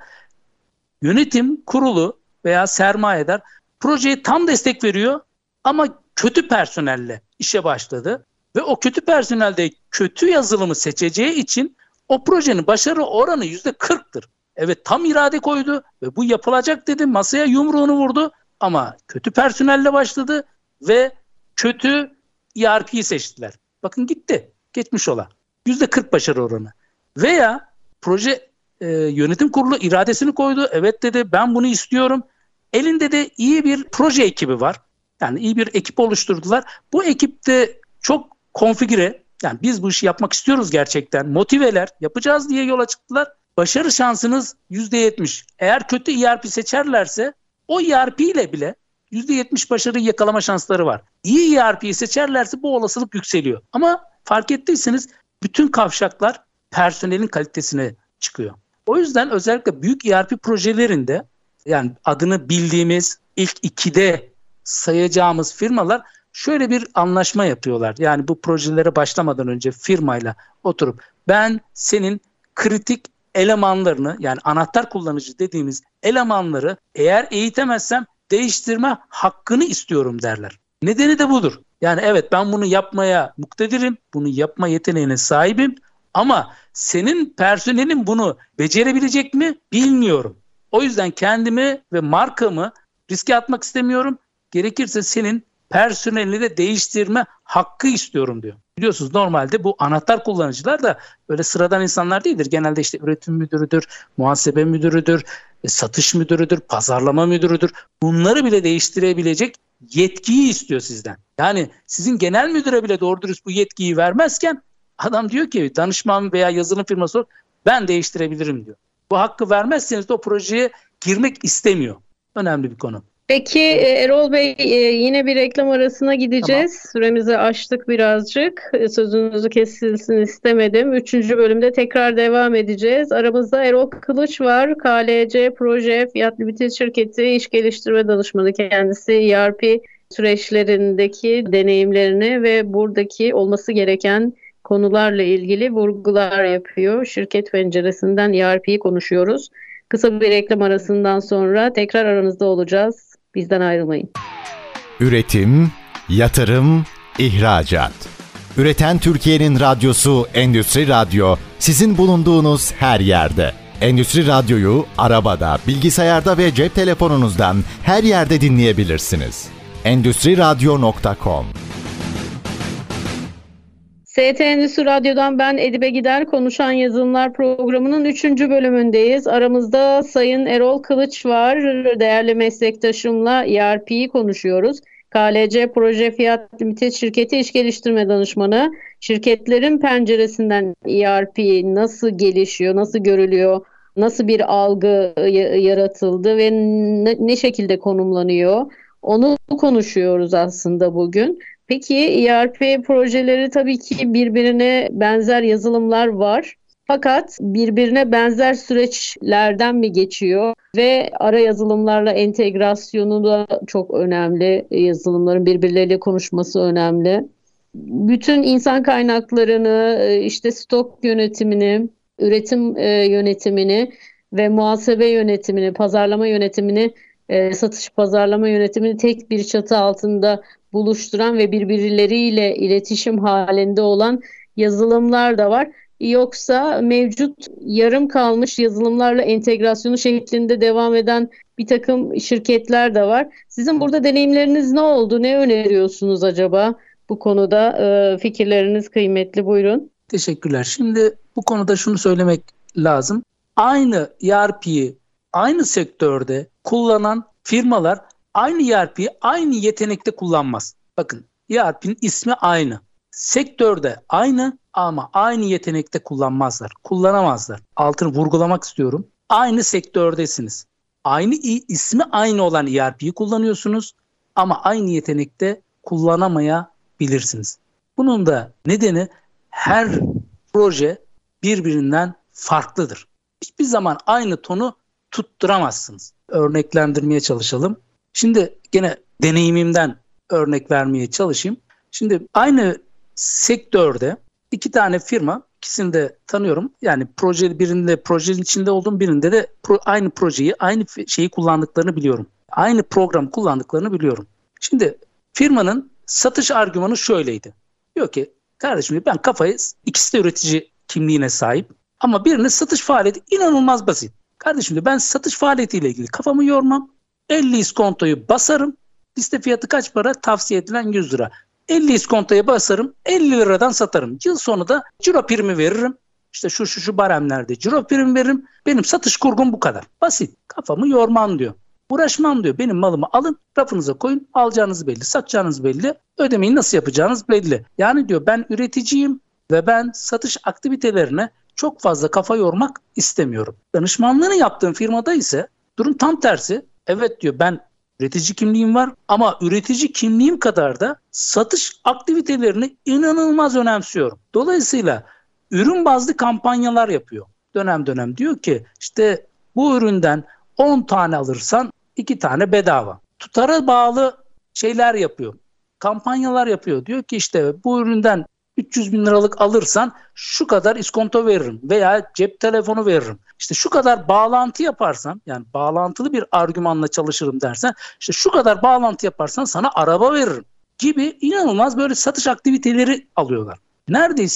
yönetim kurulu veya sermayedar projeye tam destek veriyor ama kötü personelle işe başladı ve o kötü personelde kötü yazılımı seçeceği için o projenin başarı oranı yüzde kırktır. Evet, tam irade koydu ve bu yapılacak dedi, masaya yumruğunu vurdu ama kötü personelle başladı ve kötü E R P'yi seçtiler. Bakın gitti, geçmiş ola. yüzde kırk başarı oranı. Veya proje e, yönetim kurulu iradesini koydu. Evet dedi, ben bunu istiyorum. Elinde de iyi bir proje ekibi var. Yani iyi bir ekip oluşturdular. Bu ekipte çok konfigüre, yani biz bu işi yapmak istiyoruz gerçekten, motiveler, yapacağız diye yola çıktılar. Başarı şansınız yüzde yetmiş. Eğer kötü E R P seçerlerse o E R P ile bile yüzde yetmiş başarıyı yakalama şansları var. İyi E R P'yi seçerlerse bu olasılık yükseliyor. Ama fark ettiyseniz bütün kavşaklar personelin kalitesine çıkıyor. O yüzden özellikle büyük E R P projelerinde, yani adını bildiğimiz ilk ikide sayacağımız firmalar şöyle bir anlaşma yapıyorlar. Yani bu projelere başlamadan önce firmayla oturup ben senin kritik elemanlarını, yani anahtar kullanıcı dediğimiz elemanları eğer eğitemezsem değiştirme hakkını istiyorum derler. Nedeni de budur. Yani evet, ben bunu yapmaya muktedirim, bunu yapma yeteneğine sahibim Ama senin personelin bunu becerebilecek mi bilmiyorum. O yüzden kendimi ve markamı riske atmak istemiyorum. Gerekirse senin personelini de değiştirme hakkı istiyorum diyor. Biliyorsunuz normalde bu anahtar kullanıcılar da böyle sıradan insanlar değildir. Genelde işte üretim müdürüdür, muhasebe müdürüdür, satış müdürüdür, pazarlama müdürüdür. Bunları bile değiştirebilecek yetkiyi istiyor sizden. Yani sizin genel müdüre bile doğru dürüst bu yetkiyi vermezken adam diyor ki danışman veya yazılım firması olarak ben değiştirebilirim diyor. Bu hakkı vermezseniz de o projeye girmek istemiyor. Önemli bir konu. Peki Erol Bey, yine bir reklam arasına gideceğiz. Tamam. Süremizi aştık birazcık. Sözünüzü kesilsin istemedim. Üçüncü bölümde tekrar devam edeceğiz. Aramızda Erol Kılıç var. K L C Proje Fiyat Limited Şirketi İş Geliştirme Danışmanı kendisi. E R P süreçlerindeki deneyimlerini ve buradaki olması gereken konularla ilgili vurgular yapıyor. Şirket penceresinden E R P'yi konuşuyoruz. Kısa bir reklam arasından sonra tekrar aranızda olacağız. Bizden ayrılmayın. Üretim, yatırım, ihracat. Üreten Türkiye'nin radyosu Endüstri Radyo, sizin bulunduğunuz her yerde. Endüstri Radyo'yu arabada, bilgisayarda ve cep telefonunuzdan her yerde dinleyebilirsiniz. endüstri radyo nokta com. S T Endüstri Radyo'dan ben Edibe Gider, Konuşan Yazılımlar programının üçüncü bölümündeyiz. Aramızda Sayın Erol Kılıç var. Değerli meslektaşımla E R P'yi konuşuyoruz. K L C Proje Fiyat Limited Şirketi İş Geliştirme Danışmanı. Şirketlerin penceresinden E R P nasıl gelişiyor, nasıl görülüyor, nasıl bir algı yaratıldı ve ne, ne şekilde konumlanıyor? Onu konuşuyoruz aslında bugün. Peki E R P projeleri tabii ki birbirine benzer yazılımlar var. Fakat birbirine benzer süreçlerden mi geçiyor ve ara yazılımlarla entegrasyonu da çok önemli. Yazılımların birbirleriyle konuşması önemli. Bütün insan kaynaklarını, işte stok yönetimini, üretim yönetimini ve muhasebe yönetimini, pazarlama yönetimini, satış pazarlama yönetimini tek bir çatı altında buluşturan ve birbirleriyle iletişim halinde olan yazılımlar da var. Yoksa mevcut yarım kalmış yazılımlarla entegrasyonu şeklinde devam eden bir takım şirketler de var. Sizin burada deneyimleriniz ne oldu? Ne öneriyorsunuz acaba bu konuda? E, fikirleriniz kıymetli. Buyurun. Teşekkürler. Şimdi bu konuda şunu söylemek lazım. Aynı E R P'yi aynı sektörde kullanan firmalar aynı E R P'yi aynı yetenekte kullanmaz. Bakın E R P'nin ismi aynı. Sektörde aynı ama aynı yetenekte kullanmazlar. Kullanamazlar. Altını vurgulamak istiyorum. Aynı sektördesiniz. Aynı ismi aynı olan E R P'yi kullanıyorsunuz ama aynı yetenekte kullanamayabilirsiniz. Bunun da nedeni her proje birbirinden farklıdır. Hiçbir zaman aynı tonu tutturamazsınız. Örneklendirmeye çalışalım. Şimdi gene deneyimimden örnek vermeye çalışayım. Şimdi aynı sektörde iki tane firma, ikisini de tanıyorum. Yani proje birinde projenin içinde olduğum, birinde de pro, aynı projeyi, aynı şeyi kullandıklarını biliyorum. Aynı program kullandıklarını biliyorum. Şimdi firmanın satış argümanı şöyleydi. Diyor ki kardeşim ben kafayı, ikisi de üretici kimliğine sahip ama birinin satış faaliyeti inanılmaz basit. Kardeşim diyor ben satış faaliyetiyle ilgili kafamı yormam. elli iskontoyu basarım. Liste fiyatı kaç para? Tavsiye edilen yüz lira. elli iskontoya basarım. elli liradan satarım. Yıl sonu da ciro primi veririm. İşte şu şu şu baremlerde ciro primi veririm. Benim satış kurgum bu kadar. Basit. Kafamı yormam diyor. Uğraşmam diyor. Benim malımı alın, rafınıza koyun. Alacağınız belli, satacağınız belli. Ödemeyi nasıl yapacağınız belli. Yani diyor ben üreticiyim ve ben satış aktivitelerine çok fazla kafa yormak istemiyorum. Danışmanlığını yaptığım firmada ise durum tam tersi. Evet diyor ben üretici kimliğim var ama üretici kimliğim kadar da satış aktivitelerini inanılmaz önemsiyorum. Dolayısıyla ürün bazlı kampanyalar yapıyor. Dönem dönem diyor ki işte bu üründen on tane alırsan iki tane bedava. Tutara bağlı şeyler yapıyor. Kampanyalar yapıyor. Diyor ki işte bu üründen üç yüz bin liralık alırsan şu kadar iskonto veririm veya cep telefonu veririm. İşte şu kadar bağlantı yaparsan, yani bağlantılı bir argümanla çalışırım dersen, işte şu kadar bağlantı yaparsan sana araba veririm gibi inanılmaz böyle satış aktiviteleri alıyorlar. Neredeyse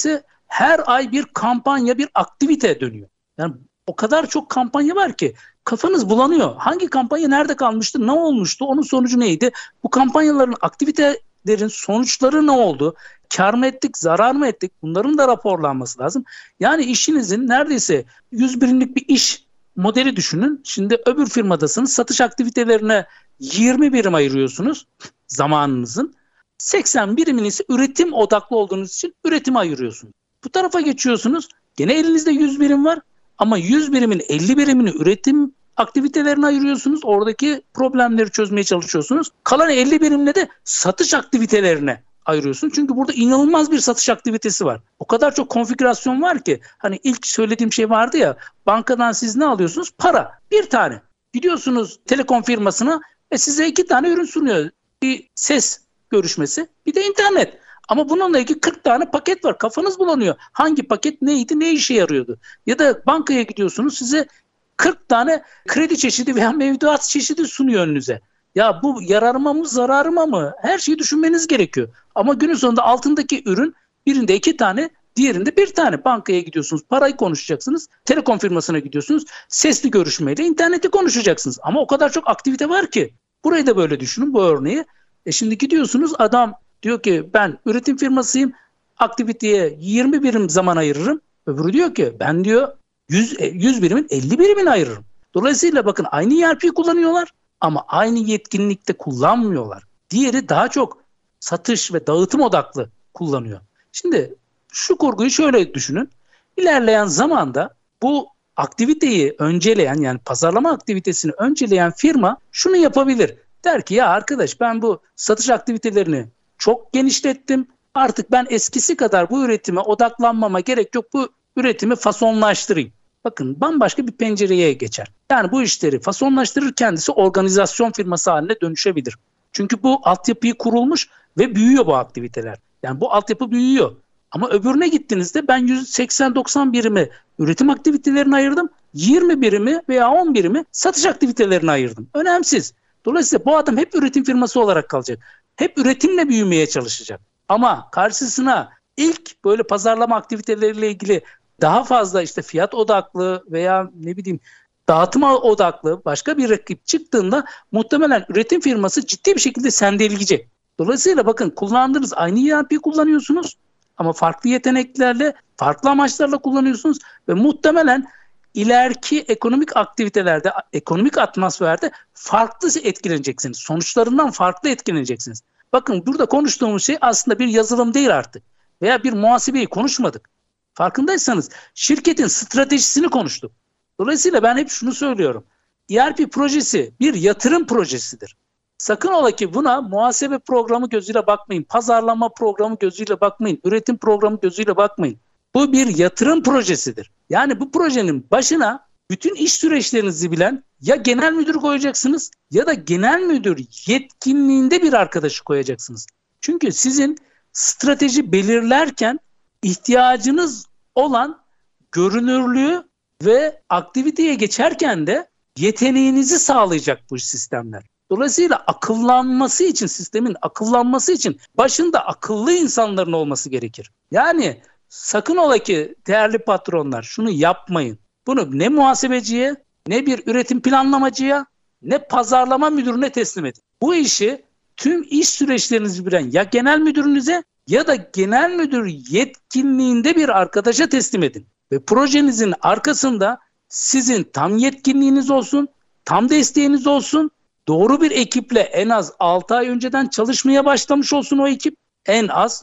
her ay bir kampanya, bir aktivite dönüyor. Yani o kadar çok kampanya var ki kafanız bulanıyor. Hangi kampanya nerede kalmıştı, ne olmuştu, onun sonucu neydi? Bu kampanyaların, aktivitelerin sonuçları ne oldu? Kar mı ettik, zarar mı ettik? Bunların da raporlanması lazım. Yani işinizin neredeyse yüz birimlik bir iş modeli düşünün. Şimdi öbür firmadasınız, satış aktivitelerine yirmi birim ayırıyorsunuz zamanınızın. seksen birimini ise üretim odaklı olduğunuz için üretime ayırıyorsunuz. Bu tarafa geçiyorsunuz. Gene elinizde yüz birim var ama yüz birimin elli birimini üretim aktivitelerine ayırıyorsunuz. Oradaki problemleri çözmeye çalışıyorsunuz. Kalan elli birimle de satış aktivitelerine ayırıyorsun. Çünkü burada inanılmaz bir satış aktivitesi var. O kadar çok konfigürasyon var ki, hani ilk söylediğim şey vardı ya, bankadan siz ne alıyorsunuz? Para. Bir tane. Gidiyorsunuz telekom firmasına ve size iki tane ürün sunuyor. Bir ses görüşmesi, bir de internet. Ama bununla ilgili kırk tane paket var. Kafanız bulanıyor. Hangi paket neydi, ne işe yarıyordu? Ya da bankaya gidiyorsunuz, size kırk tane kredi çeşidi veya mevduat çeşidi sunuyor önünüze. Ya bu yararıma mı, zararıma mı? Her şeyi düşünmeniz gerekiyor. Ama günün sonunda altındaki ürün, birinde iki tane, diğerinde bir tane. Bankaya gidiyorsunuz, parayı konuşacaksınız. Telekom firmasına gidiyorsunuz, sesli görüşmeyle interneti konuşacaksınız. Ama o kadar çok aktivite var ki. Burayı da böyle düşünün, bu örneği. E şimdi gidiyorsunuz, adam diyor ki ben üretim firmasıyım, aktiviteye yirmi birim zaman ayırırım. Öbürü diyor ki ben diyor yüz, yüz birimin elli birimini ayırırım. Dolayısıyla bakın, aynı E R P'yi kullanıyorlar ama aynı yetkinlikte kullanmıyorlar. Diğeri daha çok satış ve dağıtım odaklı kullanıyor. Şimdi şu kurguyu şöyle düşünün. İlerleyen zamanda bu aktiviteyi önceleyen, yani pazarlama aktivitesini önceleyen firma şunu yapabilir. Der ki ya arkadaş, ben bu satış aktivitelerini çok genişlettim. Artık ben eskisi kadar bu üretime odaklanmama gerek yok. Bu üretimi fasonlaştırayım. Bakın, bambaşka bir pencereye geçer. Yani bu işleri fasonlaştırır, kendisi organizasyon firması haline dönüşebilir. Çünkü bu altyapıyı kurulmuş ve büyüyor bu aktiviteler. Yani bu altyapı büyüyor. Ama öbürüne gittiğinizde ben yüz seksen doksan birimi üretim aktivitelerine ayırdım. yirmi birimi veya on birimi satış aktivitelerine ayırdım. Önemsiz. Dolayısıyla bu adam hep üretim firması olarak kalacak. Hep üretimle büyümeye çalışacak. Ama karşısına ilk böyle pazarlama aktiviteleriyle ilgili daha fazla işte fiyat odaklı veya ne bileyim dağıtıma odaklı başka bir rakip çıktığında muhtemelen üretim firması ciddi bir şekilde sendeleyecek. Dolayısıyla bakın, kullandığınız aynı E R P'yi kullanıyorsunuz ama farklı yeteneklerle, farklı amaçlarla kullanıyorsunuz ve muhtemelen ileriki ekonomik aktivitelerde, ekonomik atmosferde farklı etkileneceksiniz. Sonuçlarından farklı etkileneceksiniz. Bakın, burada konuştuğumuz şey aslında bir yazılım değil artık. Veya bir muhasebeyi konuşmadık. Farkındaysanız şirketin stratejisini konuştuk. Dolayısıyla ben hep şunu söylüyorum. E R P projesi bir yatırım projesidir. Sakın ola ki buna muhasebe programı gözüyle bakmayın. Pazarlama programı gözüyle bakmayın. Üretim programı gözüyle bakmayın. Bu bir yatırım projesidir. Yani bu projenin başına bütün iş süreçlerinizi bilen ya genel müdür koyacaksınız ya da genel müdür yetkinliğinde bir arkadaşı koyacaksınız. Çünkü sizin strateji belirlerken ihtiyacınız olan görünürlüğü ve aktiviteye geçerken de yeteneğinizi sağlayacak bu sistemler. Dolayısıyla akıllanması için, sistemin akıllanması için başında akıllı insanların olması gerekir. Yani sakın ola ki değerli patronlar şunu yapmayın. Bunu ne muhasebeciye, ne bir üretim planlamacıya, ne pazarlama müdürüne teslim edin. Bu işi tüm iş süreçlerinizi bilen ya genel müdürünüze ya da genel müdür yetkinliğinde bir arkadaşa teslim edin. Ve projenizin arkasında sizin tam yetkinliğiniz olsun, tam desteğiniz olsun. Doğru bir ekiple en az altı ay önceden çalışmaya başlamış olsun o ekip, en az,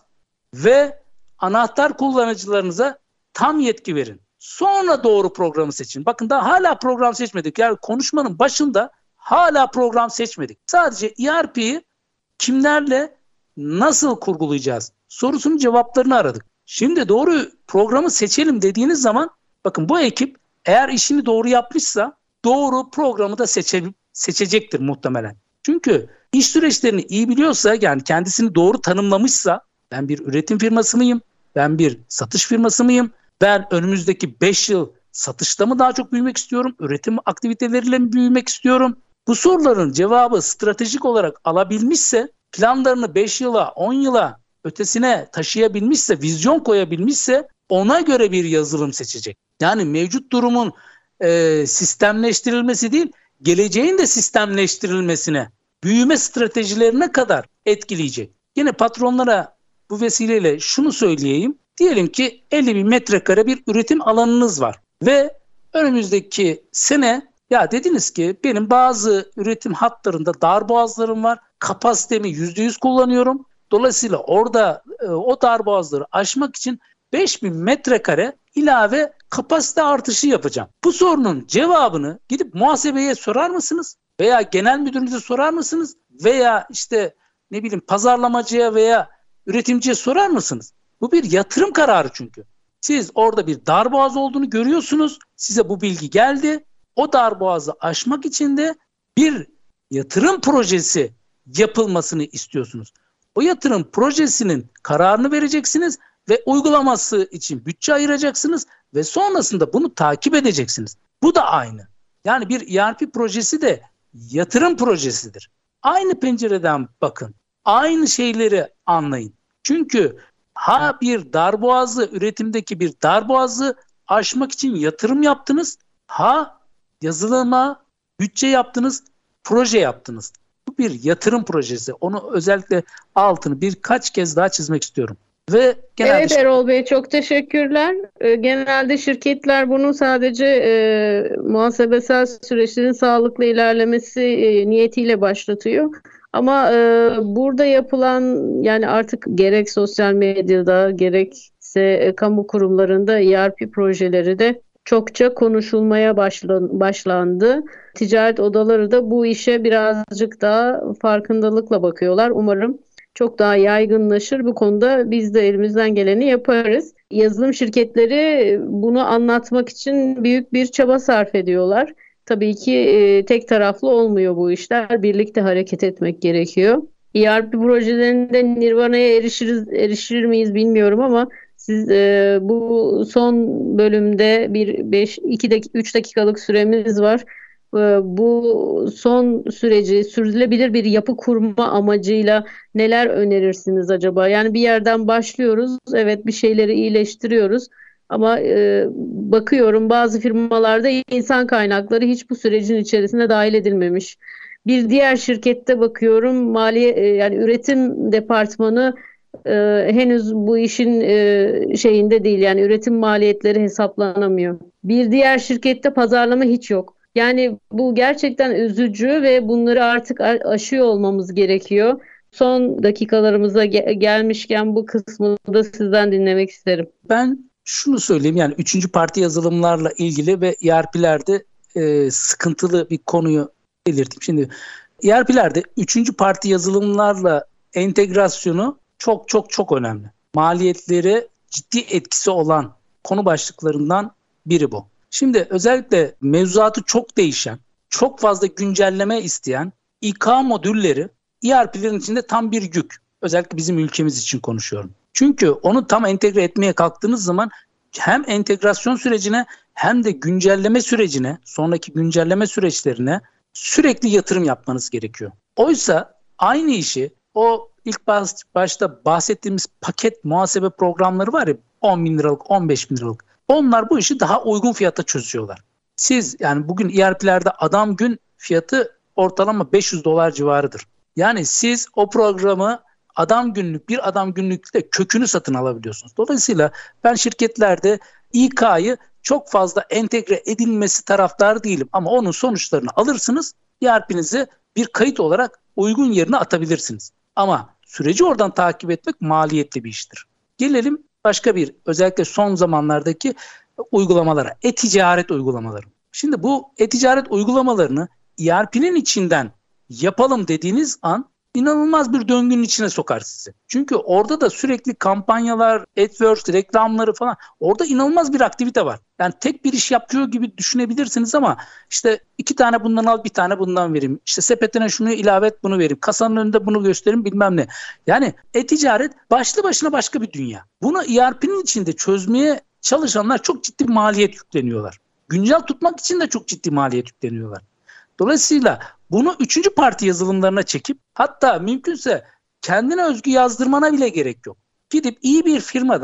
ve anahtar kullanıcılarınıza tam yetki verin. Sonra doğru programı seçin. Bakın, daha hala program seçmedik. Yani konuşmanın başında hala program seçmedik. Sadece E R P'yi kimlerle nasıl kurgulayacağız sorusunun cevaplarını aradık. Şimdi doğru programı seçelim dediğiniz zaman, bakın, bu ekip eğer işini doğru yapmışsa doğru programı da seçelim. seçecektir muhtemelen. Çünkü iş süreçlerini iyi biliyorsa, yani kendisini doğru tanımlamışsa, ben bir üretim firması mıyım? Ben bir satış firması mıyım? Ben önümüzdeki beş yıl satışta mı daha çok büyümek istiyorum? Üretim aktiviteleriyle mi büyümek istiyorum? Bu soruların cevabı stratejik olarak alabilmişse, planlarını beş yıla, on yıla ötesine taşıyabilmişse, vizyon koyabilmişse, ona göre bir yazılım seçecek. Yani mevcut durumun e, sistemleştirilmesi değil, geleceğin de sistemleştirilmesine, büyüme stratejilerine kadar etkileyecek. Yine patronlara bu vesileyle şunu söyleyeyim. Diyelim ki elli bin metrekare bir üretim alanınız var ve önümüzdeki sene ya dediniz ki benim bazı üretim hatlarında darboğazlarım var. Kapasitemi yüzde yüz kullanıyorum. Dolayısıyla orada e, o darboğazları aşmak için beş bin metrekare ilave kapasite artışı yapacağım. Bu sorunun cevabını gidip muhasebeye sorar mısınız? Veya genel müdürünüze sorar mısınız? Veya işte ne bileyim pazarlamacıya veya üretimciye sorar mısınız? Bu bir yatırım kararı çünkü. Siz orada bir darboğaz olduğunu görüyorsunuz. Size bu bilgi geldi. O darboğazı aşmak için de bir yatırım projesi yapılmasını istiyorsunuz. O yatırım projesinin kararını vereceksiniz ve uygulaması için bütçe ayıracaksınız ve sonrasında bunu takip edeceksiniz. Bu da aynı. Yani bir E R P projesi de yatırım projesidir. Aynı pencereden bakın. Aynı şeyleri anlayın. Çünkü ha bir darboğazı, üretimdeki bir darboğazı aşmak için yatırım yaptınız. Ha yazılıma bütçe yaptınız, proje yaptınız. Bu bir yatırım projesi. Onu özellikle altını birkaç kez daha çizmek istiyorum. Ve genelde evet Erol Bey, çok teşekkürler. E, genelde şirketler bunu sadece e, muhasebesel süreçlerin sağlıklı ilerlemesi e, niyetiyle başlatıyor. Ama e, burada yapılan, yani artık gerek sosyal medyada gerekse e, kamu kurumlarında E R P projeleri de çokça konuşulmaya başlan, başlandı. Ticaret odaları da bu işe birazcık daha farkındalıkla bakıyorlar. Umarım çok daha yaygınlaşır. Bu konuda biz de elimizden geleni yaparız. Yazılım şirketleri bunu anlatmak için büyük bir çaba sarf ediyorlar. Tabii ki e, tek taraflı olmuyor bu işler. Birlikte hareket etmek gerekiyor. E R P projelerinde Nirvana'ya erişiriz, erişir miyiz bilmiyorum ama siz e, bu son bölümde bir beş iki dakika üç dakikalık süremiz var. E, bu son süreci sürdürülebilir bir yapı kurma amacıyla neler önerirsiniz acaba? Yani bir yerden başlıyoruz. Evet, bir şeyleri iyileştiriyoruz. Ama e, bakıyorum bazı firmalarda insan kaynakları hiç bu sürecin içerisine dahil edilmemiş. Bir diğer şirkette bakıyorum maliye e, yani üretim departmanı e, henüz bu işin e, şeyinde değil, yani üretim maliyetleri hesaplanamıyor. Bir diğer şirkette pazarlama hiç yok. Yani bu gerçekten üzücü ve bunları artık aşıyor olmamız gerekiyor. Son dakikalarımıza ge- gelmişken bu kısmı da sizden dinlemek isterim. Ben şunu söyleyeyim, yani üçüncü parti yazılımlarla ilgili ve E R P'lerde e, sıkıntılı bir konuyu belirteyim. Şimdi E R P'lerde üçüncü parti yazılımlarla entegrasyonu çok çok çok önemli. Maliyetleri ciddi etkisi olan konu başlıklarından biri bu. Şimdi özellikle mevzuatı çok değişen, çok fazla güncelleme isteyen İ K modülleri E R P'lerin içinde tam bir yük. Özellikle bizim ülkemiz için konuşuyorum. Çünkü onu tam entegre etmeye kalktığınız zaman hem entegrasyon sürecine hem de güncelleme sürecine, sonraki güncelleme süreçlerine sürekli yatırım yapmanız gerekiyor. Oysa aynı işi o ilk baş, başta bahsettiğimiz paket muhasebe programları var ya, on bin liralık, on beş bin liralık. Onlar bu işi daha uygun fiyata çözüyorlar. Siz yani bugün E R P'lerde adam gün fiyatı ortalama beş yüz dolar civarıdır. Yani siz o programı adam günlük, bir adam günlükle kökünü satın alabiliyorsunuz. Dolayısıyla ben şirketlerde İ K'yı çok fazla entegre edilmesi taraftarı değilim. Ama onun sonuçlarını alırsınız, E R P'nizi bir kayıt olarak uygun yerine atabilirsiniz. Ama süreci oradan takip etmek maliyetli bir iştir. Gelelim başka bir, özellikle son zamanlardaki uygulamalara, e-ticaret uygulamaları. Şimdi bu e-ticaret uygulamalarını E R P'nin içinden yapalım dediğiniz an İnanılmaz bir döngünün içine sokar sizi. Çünkü orada da sürekli kampanyalar, AdWords, reklamları falan, orada inanılmaz bir aktivite var. Yani tek bir iş yapıyor gibi düşünebilirsiniz ama işte iki tane bundan al, bir tane bundan vereyim. İşte sepetine şunu ilave et, bunu vereyim. Kasanın önünde bunu göstereyim, bilmem ne. Yani e-ticaret başlı başına başka bir dünya. Bunu E R P'nin içinde çözmeye çalışanlar çok ciddi maliyet yükleniyorlar. Güncel tutmak için de çok ciddi maliyet yükleniyorlar. Dolayısıyla bunu üçüncü parti yazılımlarına çekip, hatta mümkünse kendine özgü yazdırmana bile gerek yok. Gidip iyi bir firmadan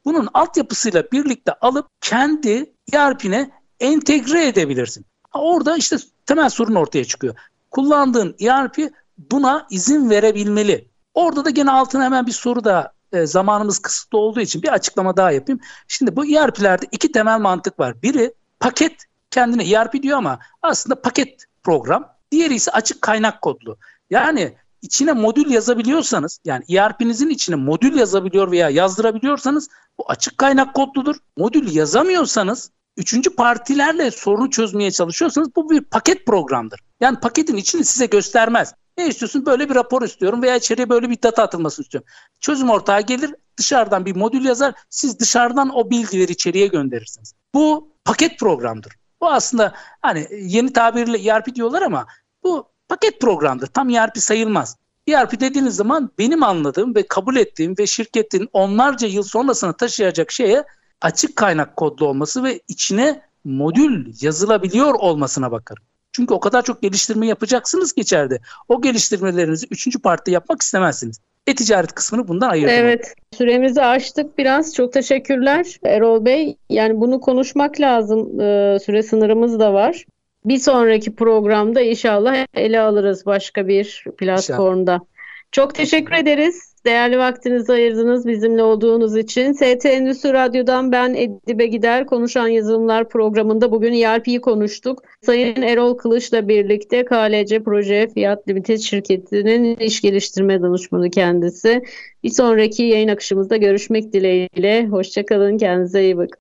bunun altyapısıyla birlikte alıp kendi E R P'ne entegre edebilirsin. Orada işte temel sorun ortaya çıkıyor. Kullandığın E R P buna izin verebilmeli. Orada da gene altına hemen bir soru da e, zamanımız kısıtlı olduğu için bir açıklama daha yapayım. Şimdi bu E R P'lerde iki temel mantık var. Biri paket, kendine E R P diyor ama aslında paket program. Diğeri ise açık kaynak kodlu. Yani içine modül yazabiliyorsanız, yani E R P'nizin içine modül yazabiliyor veya yazdırabiliyorsanız bu açık kaynak kodludur. Modül yazamıyorsanız, üçüncü partilerle sorunu çözmeye çalışıyorsanız bu bir paket programdır. Yani paketin içini size göstermez. Ne istiyorsun? Böyle bir rapor istiyorum veya içeriye böyle bir data atılması istiyorum. Çözüm ortağı gelir, dışarıdan bir modül yazar, siz dışarıdan o bilgileri içeriye gönderirsiniz. Bu paket programdır. Bu aslında hani yeni tabirle E R P diyorlar ama bu paket programdır. Tam E R P sayılmaz. E R P dediğiniz zaman benim anladığım ve kabul ettiğim ve şirketin onlarca yıl sonrasına taşıyacak şeye açık kaynak kodlu olması ve içine modül yazılabiliyor olmasına bakarım. Çünkü o kadar çok geliştirme yapacaksınız ki içeride. O geliştirmelerinizi üçüncü partide yapmak istemezsiniz. E-ticaret kısmını bundan ayırdım. Evet, süremizi aştık biraz. Çok teşekkürler Erol Bey. Yani bunu konuşmak lazım. Ee, süre sınırımız da var. Bir sonraki programda inşallah ele alırız başka bir platformda. İnşallah. Çok teşekkür ederiz. Değerli vaktinizi ayırdınız bizimle olduğunuz için. S T Endüstri Radyo'dan ben Edibe Gider. Konuşan Yazılımlar programında bugün E R P'yi konuştuk. Sayın Erol Kılıç'la birlikte K L C Proje Fiyat Limited şirketinin iş geliştirme danışmanı kendisi. Bir sonraki yayın akışımızda görüşmek dileğiyle. Hoşça kalın, kendinize iyi bakın.